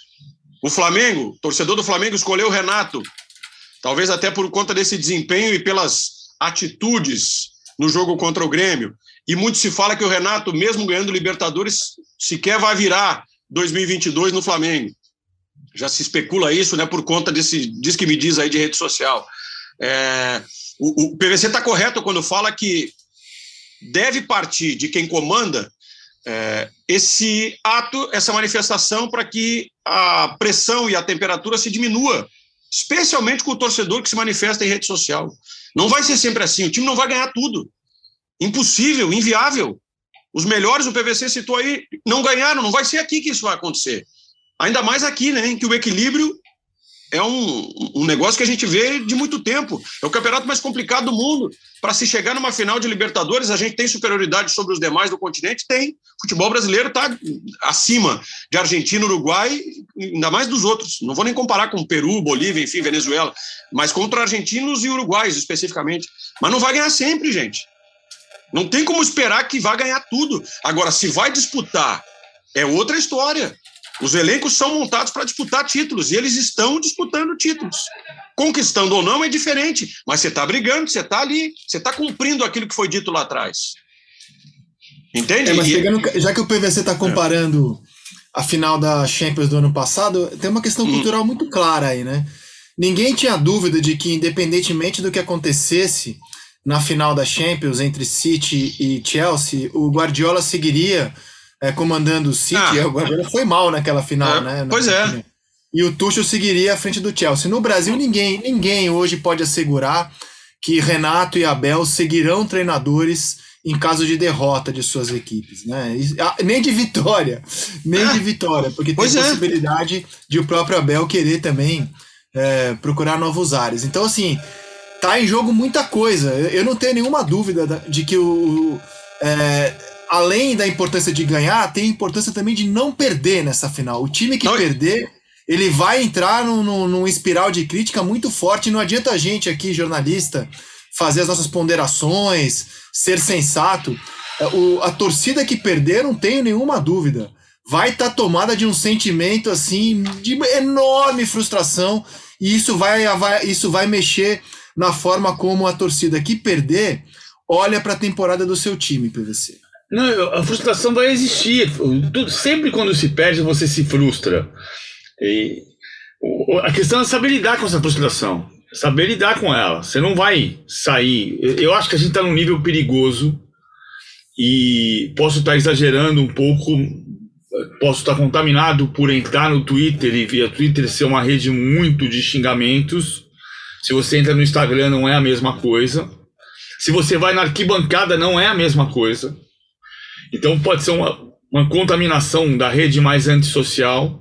O Flamengo, o torcedor do Flamengo escolheu o Renato, talvez até por conta desse desempenho e pelas atitudes no jogo contra o Grêmio. E muito se fala que o Renato, mesmo ganhando Libertadores, sequer vai virar dois mil e vinte e dois no Flamengo. Já se especula isso, né, por conta desse diz que me diz aí de rede social. É, o, o P V C está correto quando fala que deve partir de quem comanda É, esse ato, essa manifestação para que a pressão e a temperatura se diminua, especialmente com o torcedor que se manifesta em rede social. Não vai ser sempre assim, o time não vai ganhar tudo. Impossível, inviável. Os melhores, o P V C citou aí, não ganharam, não vai ser aqui que isso vai acontecer. Ainda mais aqui, né, em que o equilíbrio é um, um negócio que a gente vê de muito tempo. É o campeonato mais complicado do mundo. Para se chegar numa final de Libertadores, a gente tem superioridade sobre os demais do continente? Tem. O futebol brasileiro está acima de Argentina, Uruguai, ainda mais dos outros. Não vou nem comparar com Peru, Bolívia, enfim, Venezuela, mas contra argentinos e uruguaios, especificamente. Mas não vai ganhar sempre, gente. Não tem como esperar que vá ganhar tudo. Agora, se vai disputar, é outra história. Os elencos são montados para disputar títulos, e eles estão disputando títulos. Conquistando ou não é diferente, mas você está brigando, você está ali, você está cumprindo aquilo que foi dito lá atrás. Entende? É, mas pegando, já que o P V C está comparando é. a final da Champions do ano passado, tem uma questão cultural hum. muito clara aí, né? Ninguém tinha dúvida de que, independentemente do que acontecesse na final da Champions entre City e Chelsea, o Guardiola seguiria É, comandando o City. Ah, o Guardiola foi mal naquela final, é, né? Pois é. E o Tuchel seguiria à frente do Chelsea. No Brasil, ninguém, ninguém hoje pode assegurar que Renato e Abel seguirão treinadores em caso de derrota de suas equipes, né? E, nem de vitória, nem é. de vitória, porque tem a possibilidade é. de o próprio Abel querer também é, procurar novos ares. Então, assim, tá em jogo muita coisa. Eu não tenho nenhuma dúvida de que o... É, além da importância de ganhar, tem a importância também de não perder nessa final. O time que não. perder, ele vai entrar num, num, num espiral de crítica muito forte. Não adianta a gente aqui, jornalista, fazer as nossas ponderações, ser sensato, o, a torcida que perder, não tenho nenhuma dúvida, vai estar tá tomada de um sentimento assim de enorme frustração, e isso vai, vai, isso vai mexer na forma como a torcida que perder olha para a temporada do seu time, P V C. Não, a frustração vai existir. Sempre quando se perde, você se frustra. E a questão é saber lidar com essa frustração, saber lidar com ela. Você não vai sair. Eu acho que a gente está num nível perigoso e posso estar exagerando um pouco, posso estar contaminado por entrar no Twitter e ver o Twitter ser uma rede muito de xingamentos. Se você entra no Instagram, não é a mesma coisa. Se você vai na arquibancada, não é a mesma coisa. Então pode ser uma, uma contaminação da rede mais antissocial,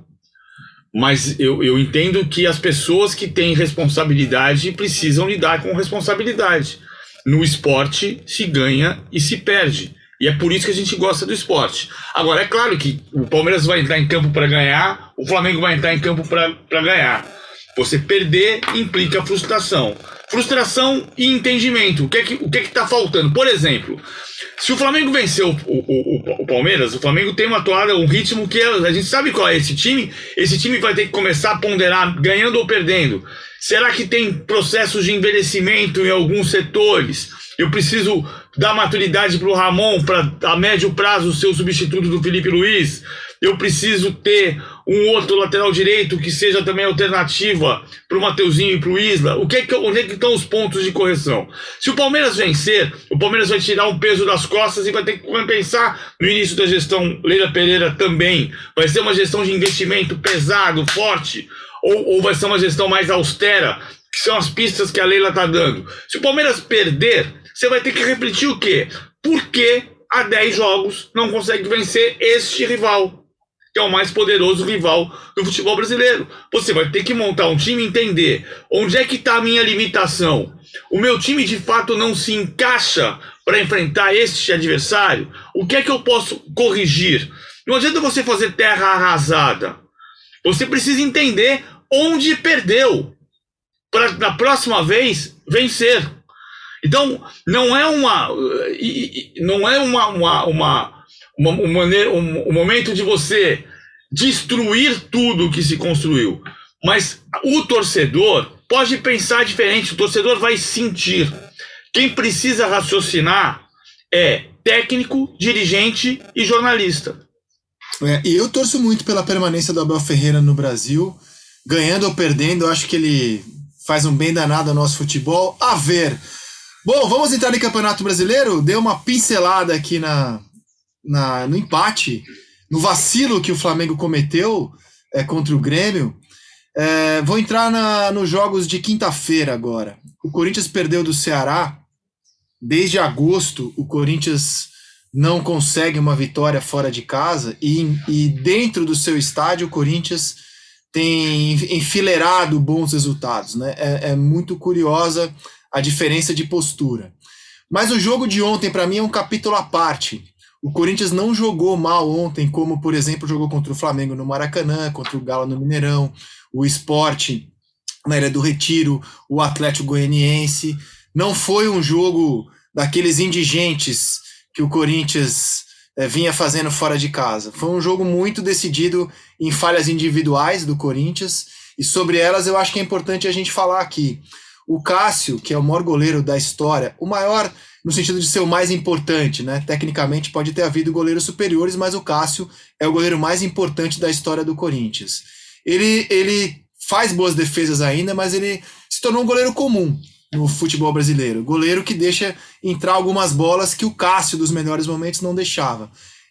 mas eu, eu entendo que as pessoas que têm responsabilidade precisam lidar com responsabilidade. No esporte se ganha e se perde, e é por isso que a gente gosta do esporte. Agora, é claro que o Palmeiras vai entrar em campo para ganhar, o Flamengo vai entrar em campo para ganhar. Você perder implica frustração. Frustração e entendimento. O que é que o que é que está faltando? Por exemplo, se o Flamengo venceu o, o, o, o Palmeiras, o Flamengo tem uma toada, um ritmo que a gente sabe qual é esse time. Esse time vai ter que começar a ponderar ganhando ou perdendo. Será que tem processos de envelhecimento em alguns setores? Eu preciso dar maturidade para o Ramon, para a médio prazo ser o substituto do Felipe Luiz. Eu preciso ter um outro lateral direito que seja também alternativa para o Mateuzinho e para o Isla. O que é que, onde é que estão os pontos de correção? Se o Palmeiras vencer, o Palmeiras vai tirar um peso das costas e vai ter que compensar no início da gestão Leila Pereira também. Vai ser uma gestão de investimento pesado, forte, ou, ou vai ser uma gestão mais austera, que são as pistas que a Leila está dando. Se o Palmeiras perder, você vai ter que refletir o quê? Por que há dez jogos não consegue vencer este rival, que é o mais poderoso rival do futebol brasileiro? Você vai ter que montar um time e entender onde é que está a minha limitação. O meu time de fato não se encaixa para enfrentar este adversário. O que é que eu posso corrigir? Não adianta você fazer terra arrasada. Você precisa entender onde perdeu para na próxima vez vencer. Então não é uma não é uma uma, uma, uma um, maneira, um, um momento de você destruir tudo que se construiu, mas o torcedor pode pensar diferente. O torcedor vai sentir. Quem precisa raciocinar é técnico, dirigente e jornalista. É, e eu torço muito pela permanência do Abel Ferreira no Brasil, ganhando ou perdendo. Eu acho que ele faz um bem danado ao nosso futebol. A ver. Bom, vamos entrar no Campeonato Brasileiro. Deu uma pincelada aqui na, na, no empate, no vacilo que o Flamengo cometeu é, contra o Grêmio. É, vou entrar na, nos jogos de quinta-feira agora. O Corinthians perdeu do Ceará. Desde agosto, o Corinthians não consegue uma vitória fora de casa, e, e dentro do seu estádio o Corinthians tem enfileirado bons resultados, né? É, é muito curiosa a diferença de postura. Mas o jogo de ontem, para mim, é um capítulo à parte. O Corinthians não jogou mal ontem, como, por exemplo, jogou contra o Flamengo no Maracanã, contra o Galo no Mineirão, o Sport na Ilha do Retiro, o Atlético Goianiense. Não foi um jogo daqueles indigentes que o Corinthians é, vinha fazendo fora de casa. Foi um jogo muito decidido em falhas individuais do Corinthians, e sobre elas eu acho que é importante a gente falar aqui. O Cássio, que é o maior goleiro da história, o maior no sentido de ser o mais importante, né? Tecnicamente pode ter havido goleiros superiores, mas o Cássio é o goleiro mais importante da história do Corinthians. Ele, ele faz boas defesas ainda, mas ele se tornou um goleiro comum no futebol brasileiro. Goleiro que deixa entrar algumas bolas que o Cássio dos melhores momentos não deixava.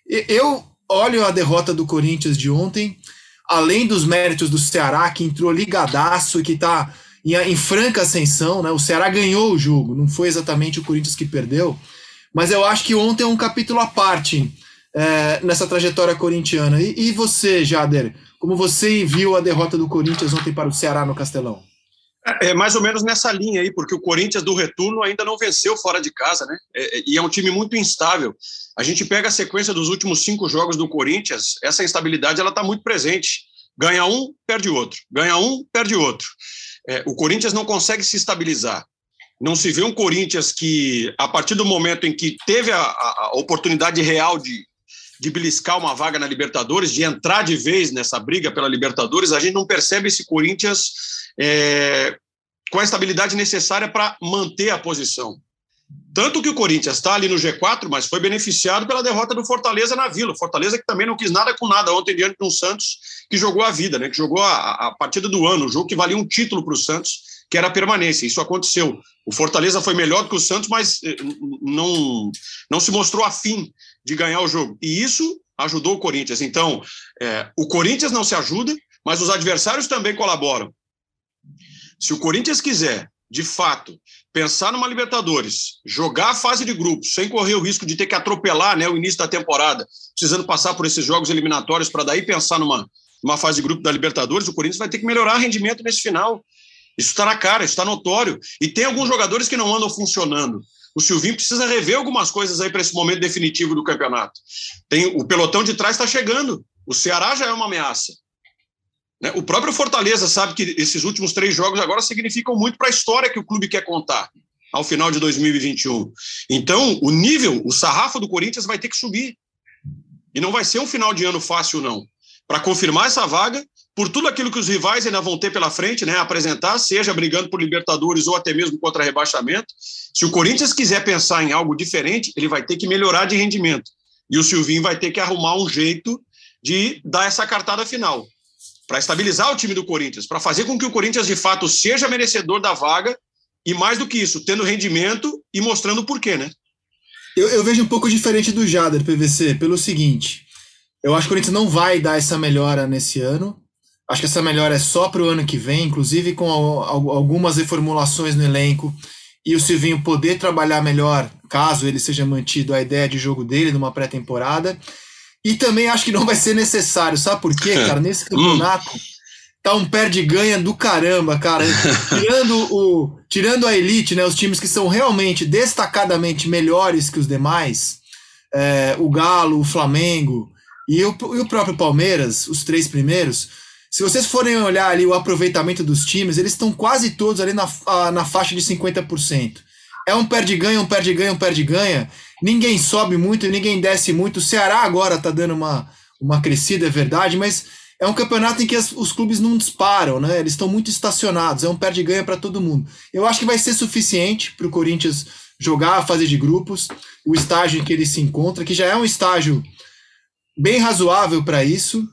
Eu olho a derrota do Corinthians de ontem, além dos méritos do Ceará, que entrou ligadaço e que está em, em franca ascensão, né? O Ceará ganhou o jogo, não foi exatamente o Corinthians que perdeu, mas eu acho que ontem é um capítulo à parte é, nessa trajetória corintiana. E, e você, Jader, como você viu a derrota do Corinthians ontem para o Ceará no Castelão? É mais ou menos nessa linha aí, porque o Corinthians do retorno ainda não venceu fora de casa, né? É, e é um time muito instável. A gente pega a sequência dos últimos cinco jogos do Corinthians, essa instabilidade ela está muito presente. Ganha um, perde outro. Ganha um, perde outro. É, o Corinthians não consegue se estabilizar. não se vê um Corinthians que, a partir do momento em que teve a, a oportunidade real de, de beliscar uma vaga na Libertadores, de entrar de vez nessa briga pela Libertadores, a gente não percebe esse Corinthians é, com a estabilidade necessária para manter a posição. Tanto que o Corinthians está ali no G quatro, mas foi beneficiado pela derrota do Fortaleza na Vila. O Fortaleza que também não quis nada com nada ontem diante de um Santos que jogou a vida, né? Que jogou a, a partida do ano, o jogo que valia um título para o Santos, que era a permanência. Isso aconteceu. O Fortaleza foi melhor do que o Santos, mas não, não se mostrou afim de ganhar o jogo. E isso ajudou o Corinthians. Então, é, o Corinthians não se ajuda, mas os adversários também colaboram. Se o Corinthians quiser, de fato, pensar numa Libertadores, jogar a fase de grupos, sem correr o risco de ter que atropelar, né, o início da temporada, precisando passar por esses jogos eliminatórios para daí pensar numa, numa fase de grupo da Libertadores, o Corinthians vai ter que melhorar o rendimento nesse final. Isso está na cara, isso está notório. E tem alguns jogadores que não andam funcionando. O Silvinho precisa rever algumas coisas aí para esse momento definitivo do campeonato. Tem, o pelotão de trás está chegando. O Ceará já é uma ameaça. Né? O próprio Fortaleza sabe que esses últimos três jogos agora significam muito para a história que o clube quer contar ao final de dois mil e vinte e um. Então, o nível, o sarrafo do Corinthians vai ter que subir. E não vai ser um final de ano fácil, não. Para confirmar essa vaga, por tudo aquilo que os rivais ainda vão ter pela frente, né, apresentar, seja brigando por Libertadores ou até mesmo contra rebaixamento, se o Corinthians quiser pensar em algo diferente, ele vai ter que melhorar de rendimento. E o Silvinho vai ter que arrumar um jeito de dar essa cartada final, para estabilizar o time do Corinthians, para fazer com que o Corinthians, de fato, seja merecedor da vaga e, mais do que isso, tendo rendimento e mostrando o porquê, né? Eu, eu vejo um pouco diferente do Jader, P V C, pelo seguinte, eu acho que o Corinthians não vai dar essa melhora nesse ano. Acho que essa melhora é só para o ano que vem, inclusive com algumas reformulações no elenco e o Silvinho poder trabalhar melhor, caso ele seja mantido a ideia de jogo dele numa pré-temporada. E também acho que não vai ser necessário, sabe por quê, cara? Nesse campeonato tá um perde-ganha do caramba, cara. Tirando, o, tirando a elite, né, os times que são realmente destacadamente melhores que os demais, é, o Galo, o Flamengo e o, e o próprio Palmeiras, os três primeiros. Se vocês forem olhar ali o aproveitamento dos times, eles estão quase todos ali na, na faixa de cinquenta por cento. É um perde-ganha, um perde-ganha, um perde-ganha. Ninguém sobe muito, ninguém desce muito. O Ceará agora está dando uma, uma crescida, é verdade, mas é um campeonato em que as, os clubes não disparam, né? Eles estão muito estacionados, é um perde-ganha para todo mundo. Eu acho que vai ser suficiente para o Corinthians jogar a fase de grupos, o estágio em que ele se encontra, que já é um estágio bem razoável para isso.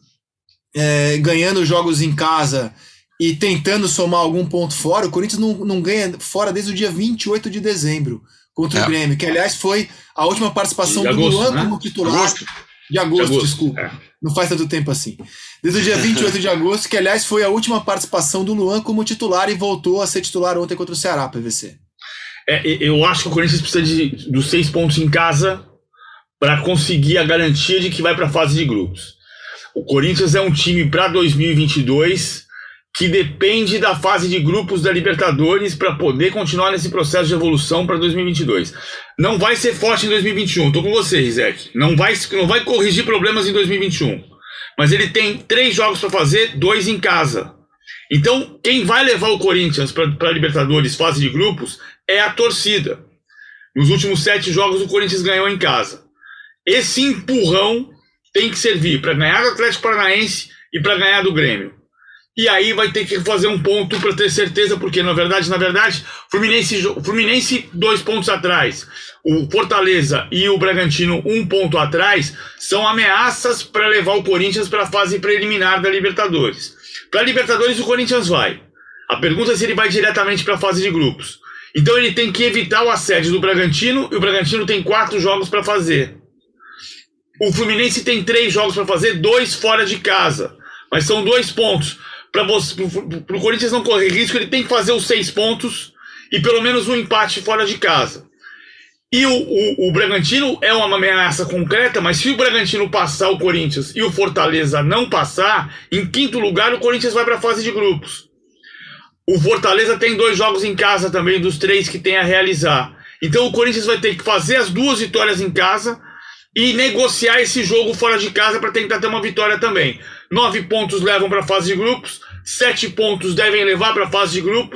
É, ganhando jogos em casa e tentando somar algum ponto fora. O Corinthians não, não ganha fora desde o dia vinte e oito de dezembro contra é. o Grêmio, que aliás foi a última participação de do agosto, Luan né? como titular agosto. de agosto, de agosto. desculpa, é. não faz tanto tempo assim, desde o dia vinte e oito de agosto, que aliás foi a última participação do Luan como titular e voltou a ser titular ontem contra o Ceará, P V C. É, eu acho que o Corinthians precisa de, dos seis pontos em casa para conseguir a garantia de que vai para a fase de grupos. O Corinthians é um time para dois mil e vinte e dois que depende da fase de grupos da Libertadores para poder continuar nesse processo de evolução para dois mil e vinte e dois. Não vai ser forte em dois mil e vinte e um, estou com você, Rizek. Não vai, não vai corrigir problemas em dois mil e vinte e um. Mas ele tem três jogos para fazer, dois em casa. Então, quem vai levar o Corinthians para a Libertadores, fase de grupos, é a torcida. Nos últimos sete jogos, o Corinthians ganhou em casa. Esse empurrão tem que servir para ganhar do Atlético Paranaense e para ganhar do Grêmio. E aí vai ter que fazer um ponto para ter certeza, porque na verdade, na verdade, Fluminense, Fluminense dois pontos atrás, o Fortaleza e o Bragantino um ponto atrás, são ameaças para levar o Corinthians para a fase preliminar da Libertadores. Para a Libertadores o Corinthians vai. A pergunta é se ele vai diretamente para a fase de grupos. Então ele tem que evitar o assédio do Bragantino, e o Bragantino tem quatro jogos para fazer. O Fluminense tem três jogos para fazer, dois fora de casa. Mas são dois pontos. Para o Corinthians não correr risco, ele tem que fazer os seis pontos e pelo menos um empate fora de casa. E o, o, o Bragantino é uma ameaça concreta, mas se o Bragantino passar o Corinthians e o Fortaleza não passar, em quinto lugar o Corinthians vai para a fase de grupos. O Fortaleza tem dois jogos em casa também, dos três que tem a realizar. Então o Corinthians vai ter que fazer as duas vitórias em casa e negociar esse jogo fora de casa para tentar ter uma vitória também. Nove pontos levam para a fase de grupos, sete pontos devem levar para a fase de grupos.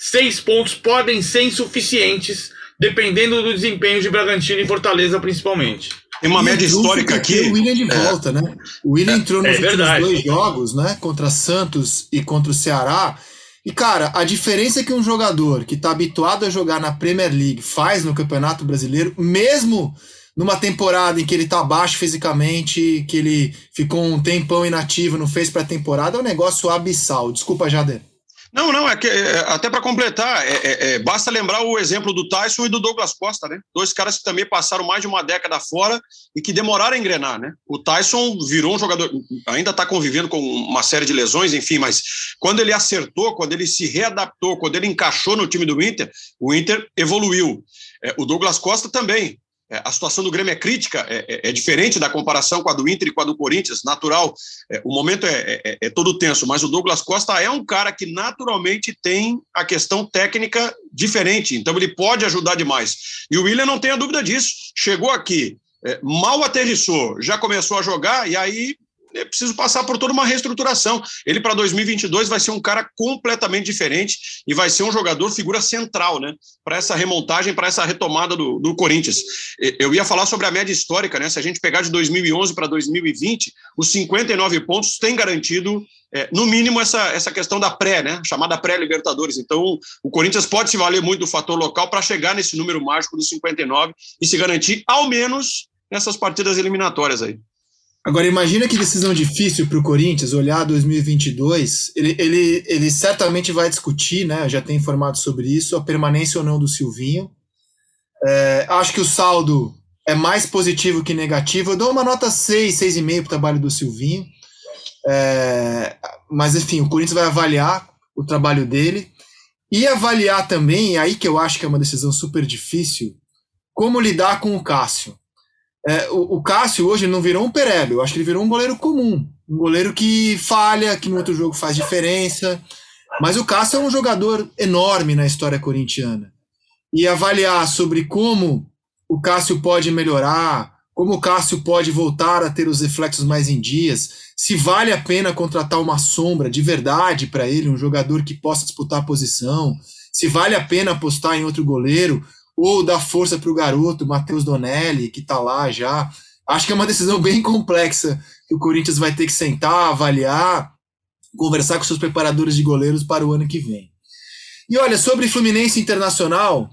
seis pontos podem ser insuficientes, dependendo do desempenho de Bragantino e Fortaleza, principalmente. Tem uma média histórica aqui. O William de volta, é. né? O William entrou nos é últimos dois jogos, né? Contra Santos e contra o Ceará. E, cara, a diferença que um jogador que está habituado a jogar na Premier League faz no Campeonato Brasileiro, mesmo numa temporada em que ele tá baixo fisicamente, que ele ficou um tempão inativo, não fez pré-temporada, é um negócio abissal. Desculpa, Jader. Não, não, é que é, até para completar, é, é, é, basta lembrar o exemplo do Tyson e do Douglas Costa, né? Dois caras que também passaram mais de uma década fora e que demoraram a engrenar, né? O Tyson virou um jogador, ainda está convivendo com uma série de lesões, enfim, mas quando ele acertou, quando ele se readaptou, quando ele encaixou no time do Inter, o Inter evoluiu. É, o Douglas Costa também. A situação do Grêmio é crítica, é, é, é diferente da comparação com a do Inter e com a do Corinthians, natural, é, o momento é, é, é todo tenso, mas o Douglas Costa é um cara que naturalmente tem a questão técnica diferente, então ele pode ajudar demais. E o William não tem a dúvida disso, chegou aqui, é, mal aterrissou, já começou a jogar e aí é preciso passar por toda uma reestruturação. Ele para dois mil e vinte e dois vai ser um cara completamente diferente e vai ser um jogador figura central, né, para essa remontagem, para essa retomada do, do Corinthians. Eu ia falar sobre a média histórica, né? Se a gente pegar de dois mil e onze para dois mil e vinte, os cinquenta e nove pontos têm garantido é, no mínimo essa, essa questão da pré, né, chamada pré-Libertadores. Então o Corinthians pode se valer muito do fator local para chegar nesse número mágico dos cinquenta e nove e se garantir ao menos nessas partidas eliminatórias aí. Agora, imagina que decisão difícil para o Corinthians olhar dois mil e vinte e dois. Ele, ele, ele certamente vai discutir, né? Já tem informado sobre isso, a permanência ou não do Silvinho. É, acho que o saldo é mais positivo que negativo. Eu dou uma nota seis, seis vírgula cinco para o trabalho do Silvinho. É, mas, enfim, o Corinthians vai avaliar o trabalho dele e avaliar também, aí que eu acho que é uma decisão super difícil, como lidar com o Cássio. É, o, o Cássio hoje não virou um Pereba, eu acho que ele virou um goleiro comum, um goleiro que falha, que no outro jogo faz diferença, mas o Cássio é um jogador enorme na história corintiana, e avaliar sobre como o Cássio pode melhorar, como o Cássio pode voltar a ter os reflexos mais em dias, se vale a pena contratar uma sombra de verdade para ele, um jogador que possa disputar a posição, se vale a pena apostar em outro goleiro, ou dar força para o garoto, Matheus Donelli, que está lá já. Acho que é uma decisão bem complexa que o Corinthians vai ter que sentar, avaliar, conversar com seus preparadores de goleiros para o ano que vem. E olha, sobre Fluminense Internacional,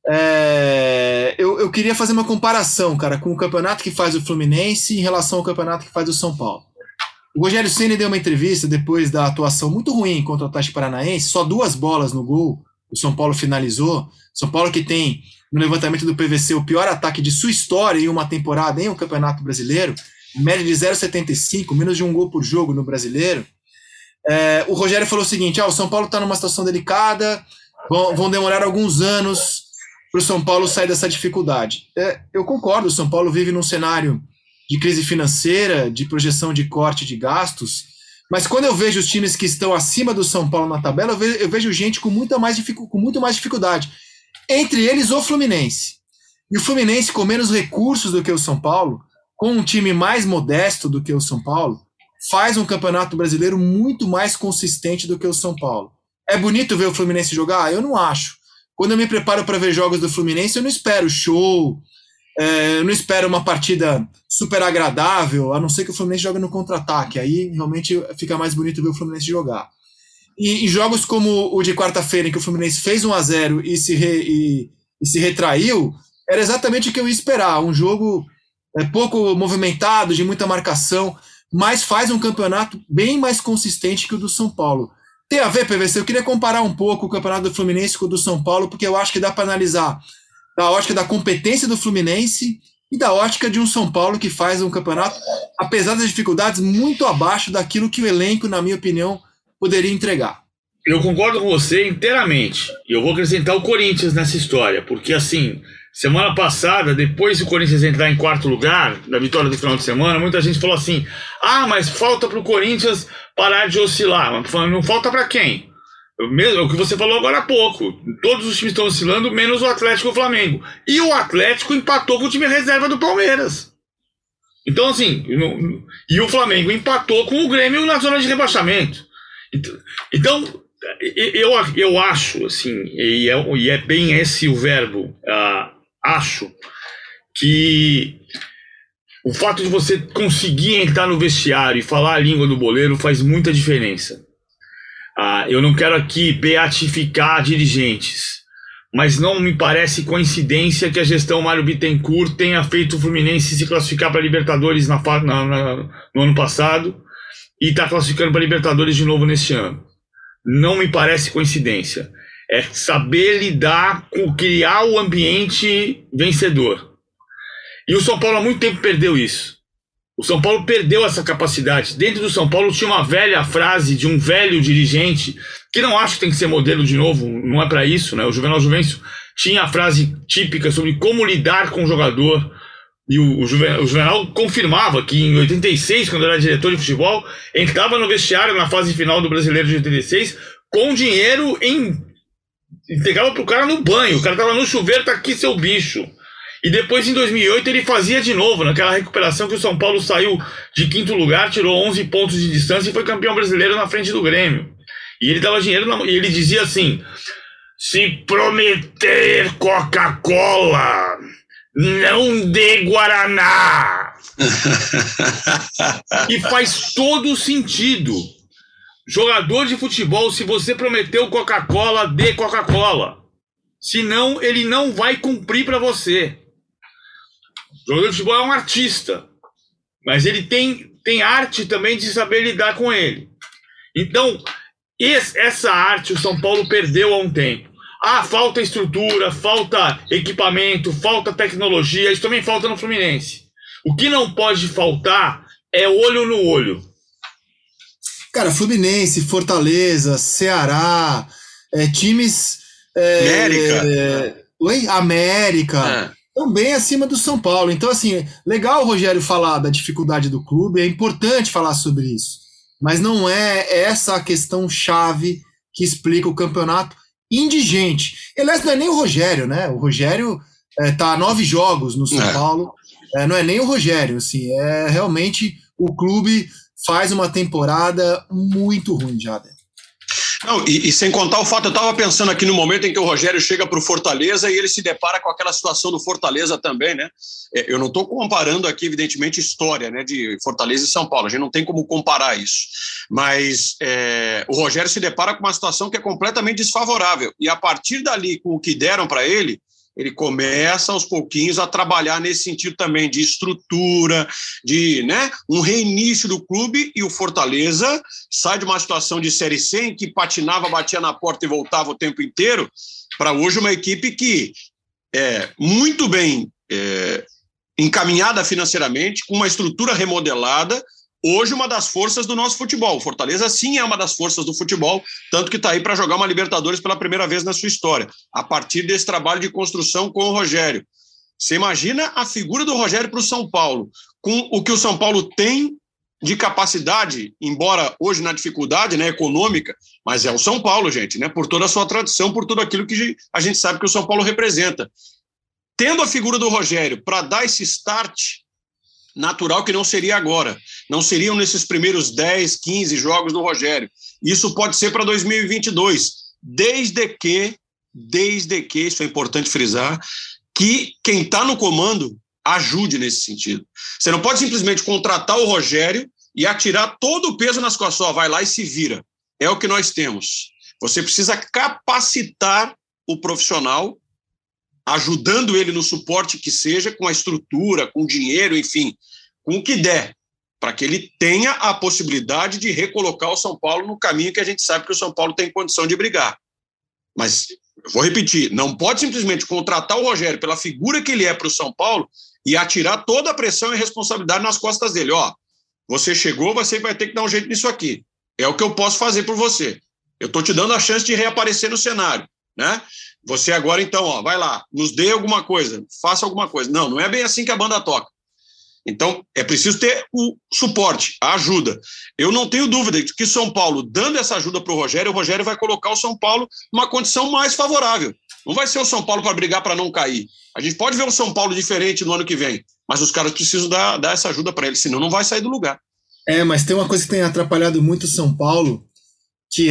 é, eu, eu queria fazer uma comparação, cara, com o campeonato que faz o Fluminense em relação ao campeonato que faz o São Paulo. O Rogério Ceni deu uma entrevista depois da atuação muito ruim contra o Atlético Paranaense, só duas bolas no gol, o São Paulo finalizou. São Paulo que tem, no levantamento do P V C, o pior ataque de sua história em uma temporada em um campeonato brasileiro, média de zero vírgula setenta e cinco, menos de um gol por jogo no brasileiro. É, o Rogério falou o seguinte, ah, o São Paulo está numa situação delicada, vão, vão demorar alguns anos para o São Paulo sair dessa dificuldade. É, eu concordo, o São Paulo vive num cenário de crise financeira, de projeção de corte de gastos, mas quando eu vejo os times que estão acima do São Paulo na tabela, eu vejo, eu vejo gente com, muita mais dificu- com muito mais dificuldade. Entre eles, o Fluminense. E o Fluminense, com menos recursos do que o São Paulo, com um time mais modesto do que o São Paulo, faz um campeonato brasileiro muito mais consistente do que o São Paulo. É bonito ver o Fluminense jogar? Eu não acho. Quando eu me preparo para ver jogos do Fluminense, eu não espero show, é, eu não espero uma partida super agradável, a não ser que o Fluminense jogue no contra-ataque. Aí realmente fica mais bonito ver o Fluminense jogar. E, e jogos como o de quarta-feira, em que o Fluminense fez um a zero e se, re, e, e se retraiu, era exatamente o que eu ia esperar. Um jogo é, pouco movimentado, de muita marcação, mas faz um campeonato bem mais consistente que o do São Paulo. Tem a ver, P V C? Eu queria comparar um pouco o campeonato do Fluminense com o do São Paulo, porque eu acho que dá para analisar da ótica da competência do Fluminense e da ótica de um São Paulo que faz um campeonato, apesar das dificuldades, muito abaixo daquilo que o elenco, na minha opinião, poderia entregar. Eu concordo com você inteiramente. E eu vou acrescentar o Corinthians nessa história, porque assim, semana passada, depois do Corinthians entrar em quarto lugar, na vitória do final de semana, muita gente falou assim, ah, mas falta pro Corinthians parar de oscilar. Não falta para quem? O que você falou agora há pouco. Todos os times estão oscilando, menos o Atlético e o Flamengo. E o Atlético empatou com o time reserva do Palmeiras. Então assim, e o Flamengo empatou com o Grêmio na zona de rebaixamento. Então, eu, eu acho, assim, e é, e é bem esse o verbo, uh, acho que o fato de você conseguir entrar no vestiário e falar a língua do boleiro faz muita diferença. Uh, eu não quero aqui beatificar dirigentes, mas não me parece coincidência que a gestão Mário Bittencourt tenha feito o Fluminense se classificar para a Libertadores na, na, na, no ano passado e está classificando para a Libertadores de novo neste ano. Não me parece coincidência. É saber lidar com criar o ambiente vencedor. E o São Paulo há muito tempo perdeu isso. O São Paulo perdeu essa capacidade. Dentro do São Paulo tinha uma velha frase de um velho dirigente, que não acho que tem que ser modelo de novo, não é para isso, né? O Juvenal Juvencio tinha a frase típica sobre como lidar com o jogador. E o, o, Juvenal, o Juvenal confirmava que em oitenta e seis, quando era diretor de futebol, entrava no vestiário na fase final do Brasileiro de oitenta e seis com dinheiro em... entregava pro cara no banho. O cara tava no chuveiro, tá aqui seu bicho. E depois, em dois mil e oito, ele fazia de novo, naquela recuperação que o São Paulo saiu de quinto lugar, tirou onze pontos de distância e foi campeão brasileiro na frente do Grêmio. E ele dava dinheiro, na... e ele dizia assim: se prometer Coca-Cola, não dê Guaraná. E faz todo sentido. Jogador de futebol, se você prometeu Coca-Cola, dê Coca-Cola. Senão, ele não vai cumprir para você. O jogador de futebol é um artista, mas ele tem, tem arte também de saber lidar com ele. Então, esse, essa arte o São Paulo perdeu há um tempo. Ah, falta estrutura, falta equipamento, falta tecnologia, isso também falta no Fluminense. O que não pode faltar é olho no olho. Cara, Fluminense, Fortaleza, Ceará, é, times... É, América. É, oi? América. É. Também acima do São Paulo. Então, assim, legal o Rogério falar da dificuldade do clube, é importante falar sobre isso. Mas não é essa a questão chave que explica o campeonato indigente. Aliás, não é nem o Rogério, né? O Rogério é, tá a nove jogos no São é. Paulo. É, não é nem o Rogério, assim, é realmente o clube faz uma temporada muito ruim já, né? Não, e, e sem contar o fato, eu estava pensando aqui no momento em que o Rogério chega para o Fortaleza e ele se depara com aquela situação do Fortaleza também, né? Eu não estou comparando aqui, evidentemente, história, né, de Fortaleza e São Paulo, a gente não tem como comparar isso, mas é, o Rogério se depara com uma situação que é completamente desfavorável e a partir dali, com o que deram para ele, ele começa aos pouquinhos a trabalhar nesse sentido também de estrutura, de, né, um reinício do clube, e o Fortaleza sai de uma situação de Série C em que patinava, batia na porta e voltava o tempo inteiro, para hoje uma equipe que é muito bem é, encaminhada financeiramente, com uma estrutura remodelada, hoje uma das forças do nosso futebol. O Fortaleza sim é uma das forças do futebol, tanto que está aí para jogar uma Libertadores pela primeira vez na sua história, a partir desse trabalho de construção com o Rogério. Você imagina a figura do Rogério para o São Paulo, com o que o São Paulo tem de capacidade, embora hoje na dificuldade, né, econômica, mas é o São Paulo, gente, né, por toda a sua tradição, por tudo aquilo que a gente sabe que o São Paulo representa. Tendo a figura do Rogério para dar esse start, natural que não seria agora, não seriam nesses primeiros dez, quinze jogos do Rogério. Isso pode ser para dois mil e vinte e dois, desde que, desde que, isso é importante frisar, que quem está no comando ajude nesse sentido. Você não pode simplesmente contratar o Rogério e atirar todo o peso nas costas, ó, vai lá e se vira. É o que nós temos. Você precisa capacitar o profissional, ajudando ele no suporte que seja, com a estrutura, com o dinheiro, enfim, com o que der, para que ele tenha a possibilidade de recolocar o São Paulo no caminho que a gente sabe que o São Paulo tem condição de brigar. Mas, eu vou repetir, não pode simplesmente contratar o Rogério pela figura que ele é para o São Paulo e atirar toda a pressão e responsabilidade nas costas dele. Ó, você chegou, você vai ter que dar um jeito nisso aqui. É o que eu posso fazer por você. Eu estou te dando a chance de reaparecer no cenário, né? Você agora, então, ó, vai lá, nos dê alguma coisa, faça alguma coisa. Não, não é bem assim que a banda toca. Então, é preciso ter o suporte, a ajuda. Eu não tenho dúvida de que São Paulo, dando essa ajuda para o Rogério, o Rogério vai colocar o São Paulo numa condição mais favorável. Não vai ser o São Paulo para brigar para não cair. A gente pode ver um São Paulo diferente no ano que vem, mas os caras precisam dar, dar essa ajuda para ele, senão não vai sair do lugar. É, mas tem uma coisa que tem atrapalhado muito o São Paulo, que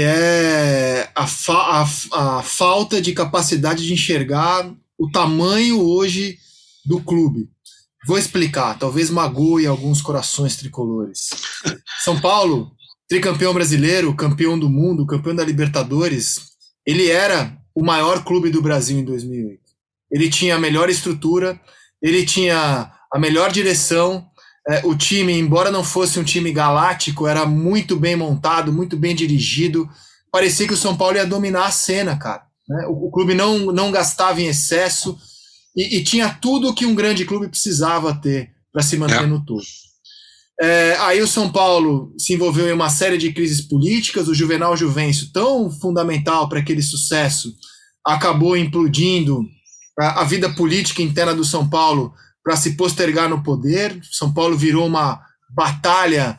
é a, fa a, a falta de capacidade de enxergar o tamanho hoje do clube. Vou explicar, talvez magoe alguns corações tricolores. São Paulo, tricampeão brasileiro, campeão do mundo, campeão da Libertadores, ele era o maior clube do Brasil em dois mil e oito. Ele tinha a melhor estrutura, ele tinha a melhor direção, é, o time, embora não fosse um time galáctico, era muito bem montado, muito bem dirigido, parecia que o São Paulo ia dominar a cena, cara. Né? O, o clube não, não gastava em excesso e, e tinha tudo que um grande clube precisava ter para se manter é. no topo. É, aí o São Paulo se envolveu em uma série de crises políticas, o Juvenal Juvencio, tão fundamental para aquele sucesso, acabou implodindo a, a vida política interna do São Paulo para se postergar no poder. São Paulo virou uma batalha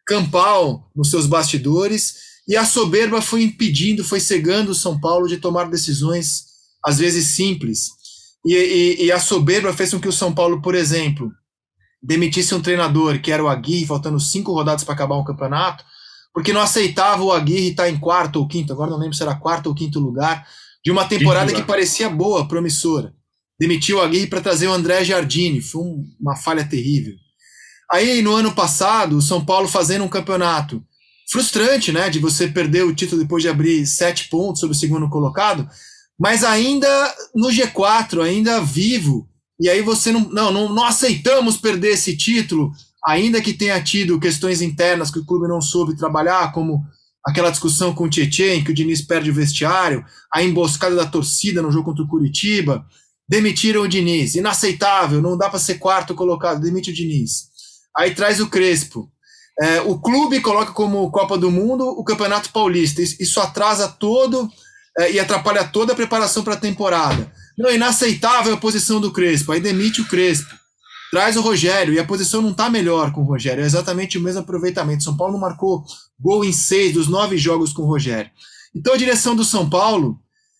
campal nos seus bastidores e a soberba foi impedindo, foi cegando o São Paulo de tomar decisões, às vezes simples. E, e, e a soberba fez com que o São Paulo, por exemplo, demitisse um treinador, que era o Aguirre, faltando cinco rodadas para acabar um campeonato, porque não aceitava o Aguirre estar em quarto ou quinto, agora não lembro se era quarto ou quinto lugar, de uma temporada que parecia boa, promissora. Demitiu o Aguirre para trazer o André Giardini, foi um, uma falha terrível. Aí, no ano passado, o São Paulo fazendo um campeonato frustrante, né, de você perder o título depois de abrir sete pontos sobre o segundo colocado, mas ainda no G quatro, ainda vivo. E aí você não, não, não, não aceitamos perder esse título, ainda que tenha tido questões internas que o clube não soube trabalhar, como aquela discussão com o Tietê, em que o Diniz perde o vestiário, a emboscada da torcida no jogo contra o Curitiba, demitiram o Diniz, inaceitável, não dá para ser quarto colocado, demite o Diniz. Aí traz o Crespo. É, o clube coloca como Copa do Mundo o Campeonato Paulista, isso atrasa todo é, e atrapalha toda a preparação para a temporada. Não, é inaceitável a posição do Crespo, aí demite o Crespo, traz o Rogério, e a posição não está melhor com o Rogério, é exatamente o mesmo aproveitamento. São Paulo não marcou gol em seis dos nove jogos com o Rogério. Então a direção do São Paulo,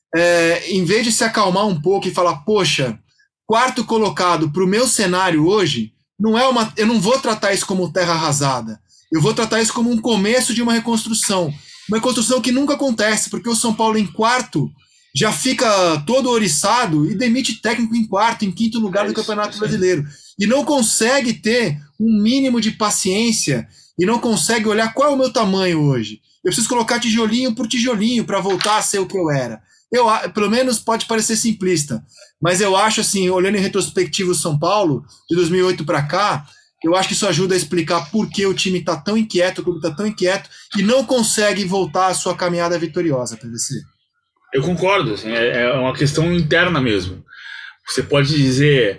é, em vez de se acalmar um pouco e falar, poxa, quarto colocado para o meu cenário hoje, não é uma, eu não vou tratar isso como terra arrasada, eu vou tratar isso como um começo de uma reconstrução, uma reconstrução que nunca acontece, porque o São Paulo em quarto já fica todo oriçado e demite técnico em quarto, em quinto lugar do Campeonato Brasileiro. E não consegue ter um mínimo de paciência e não consegue olhar qual é o meu tamanho hoje. Eu preciso colocar tijolinho por tijolinho para voltar a ser o que eu era. Eu, pelo menos pode parecer simplista, mas eu acho assim, olhando em retrospectiva o São Paulo, de dois mil e oito para cá, eu acho que isso ajuda a explicar por que o time está tão inquieto, o clube está tão inquieto e não consegue voltar à sua caminhada vitoriosa, P V C. Eu concordo, assim, é, é uma questão interna mesmo. Você pode dizer,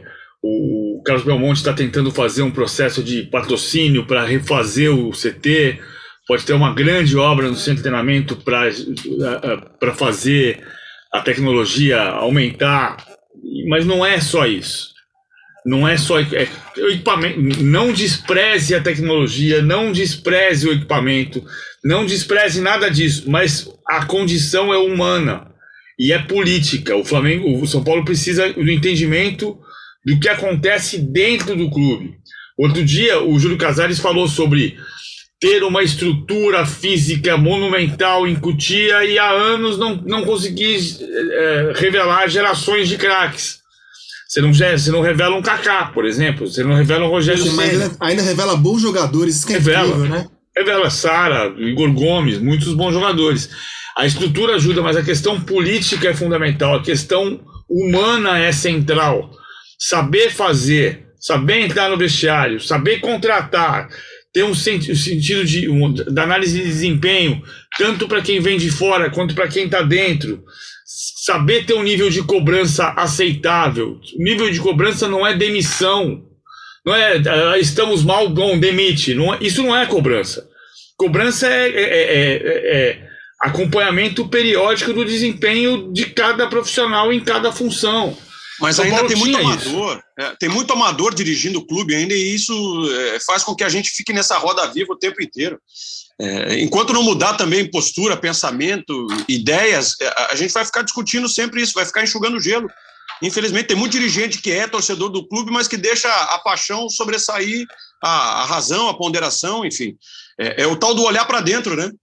o Carlos Belmonte está tentando fazer um processo de patrocínio para refazer o C T, pode ter uma grande obra no centro de treinamento para para fazer a tecnologia aumentar, mas não é só isso. Não é só é, o equipamento. Não despreze a tecnologia, não despreze o equipamento, não despreze nada disso, mas a condição é humana e é política. O Flamengo, o São Paulo precisa do entendimento do que acontece dentro do clube. Outro dia, o Júlio Casares falou sobre ter uma estrutura física monumental em Cotia e há anos não, não conseguir é, revelar gerações de craques. Você não, você não revela um Kaká, por exemplo. Você não revela um Rogério Ceni. Mas ainda, ainda revela bons jogadores, isso que é revela, incrível, né? Revela Sara, Igor Gomes, muitos bons jogadores. A estrutura ajuda, mas a questão política é fundamental. A questão humana é central. Saber fazer, saber entrar no vestiário, saber contratar, ter um sentido de, um, da análise de desempenho, tanto para quem vem de fora quanto para quem está dentro. Saber ter um nível de cobrança aceitável. O nível de cobrança não é demissão. Não é estamos mal, bom, demite. Não é, isso não é cobrança. Cobrança é, é, é, é acompanhamento periódico do desempenho de cada profissional em cada função. Mas São ainda Paulo tem muito amador, é, tem muito amador dirigindo o clube ainda, e isso é, faz com que a gente fique nessa roda viva o tempo inteiro. É, enquanto não mudar também postura, pensamento, ideias, a gente vai ficar discutindo sempre isso, vai ficar enxugando gelo. Infelizmente tem muito dirigente que é torcedor do clube, mas que deixa a paixão sobressair a, a razão, a ponderação, enfim. É, é o tal do olhar para dentro, né?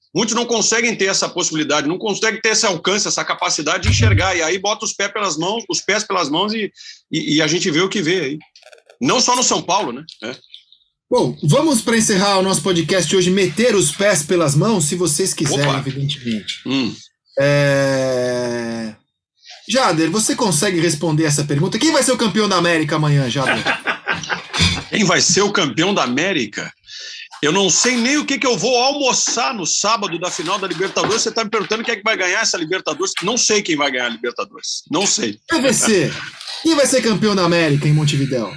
Muitos não conseguem ter essa possibilidade, não conseguem ter esse alcance, essa capacidade de enxergar, e aí bota os pés pelas mãos, os pés pelas mãos e, e, e a gente vê o que vê aí. Não só no São Paulo, né? É. Bom, vamos para encerrar o nosso podcast hoje, meter os pés pelas mãos, se vocês quiserem, Opa. evidentemente. Hum. É... Jader, você consegue responder essa pergunta? Quem vai ser o campeão da América amanhã, Jader? Quem vai ser o campeão da América? Eu não sei nem o que, que eu vou almoçar no sábado da final da Libertadores. Você está me perguntando quem é que vai ganhar essa Libertadores? Não sei quem vai ganhar a Libertadores. Não sei. P V C, quem vai ser campeão da América em Montevidéu?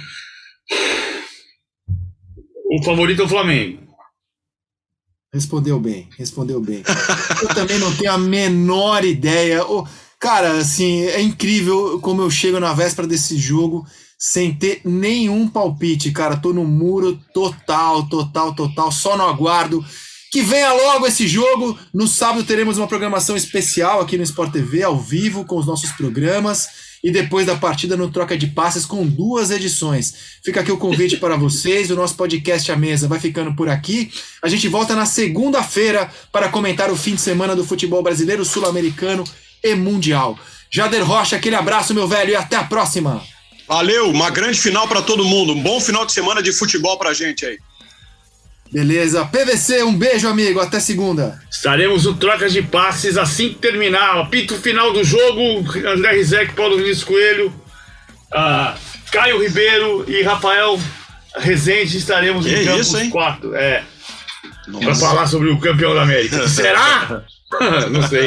O favorito é o Flamengo. Respondeu bem, respondeu bem. Eu também não tenho a menor ideia. Oh, cara, assim, é incrível como eu chego na véspera desse jogo sem ter nenhum palpite, cara. Tô no muro total, total, total. Só no aguardo que venha logo esse jogo. No sábado teremos uma programação especial aqui no Sport T V, ao vivo, com os nossos programas. E depois da partida no Troca de Passes com duas edições. Fica aqui o convite para vocês. O nosso podcast à mesa vai ficando por aqui. A gente volta na segunda-feira para comentar o fim de semana do futebol brasileiro, sul-americano e mundial. Jader Rocha, aquele abraço, meu velho, e até a próxima. Valeu, uma grande final para todo mundo. Um bom final de semana de futebol pra gente aí. Beleza. P V C, um beijo, amigo. Até segunda. Estaremos no Troca de Passes assim que terminar. Apito final do jogo. André Rizek, Paulo Vinícius Coelho, uh, Caio Ribeiro e Rafael Rezende estaremos que no campo isso, hein? quatro. É. Para falar sobre o campeão da América. Será? Não sei.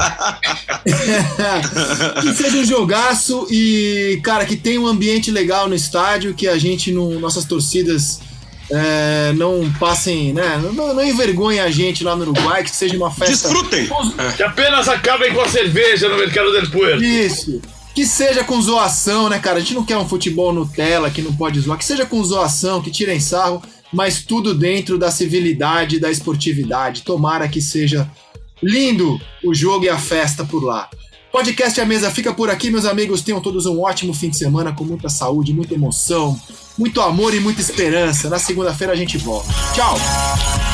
Que seja um jogaço e, cara, que tenha um ambiente legal no estádio, que a gente, no, nossas torcidas, é, não passem, né? Não, não envergonhem a gente lá no Uruguai, que seja uma festa. Desfrutem! Que apenas acabem com a cerveja no Mercado del Puerto. Isso. Que seja com zoação, né, cara? A gente não quer um futebol Nutella que não pode zoar. Que seja com zoação, que tirem sarro, mas tudo dentro da civilidade, da esportividade. Tomara que seja lindo o jogo e a festa por lá. Podcast à Mesa fica por aqui, meus amigos. Tenham todos um ótimo fim de semana com muita saúde, muita emoção, muito amor e muita esperança. Na segunda-feira a gente volta. Tchau!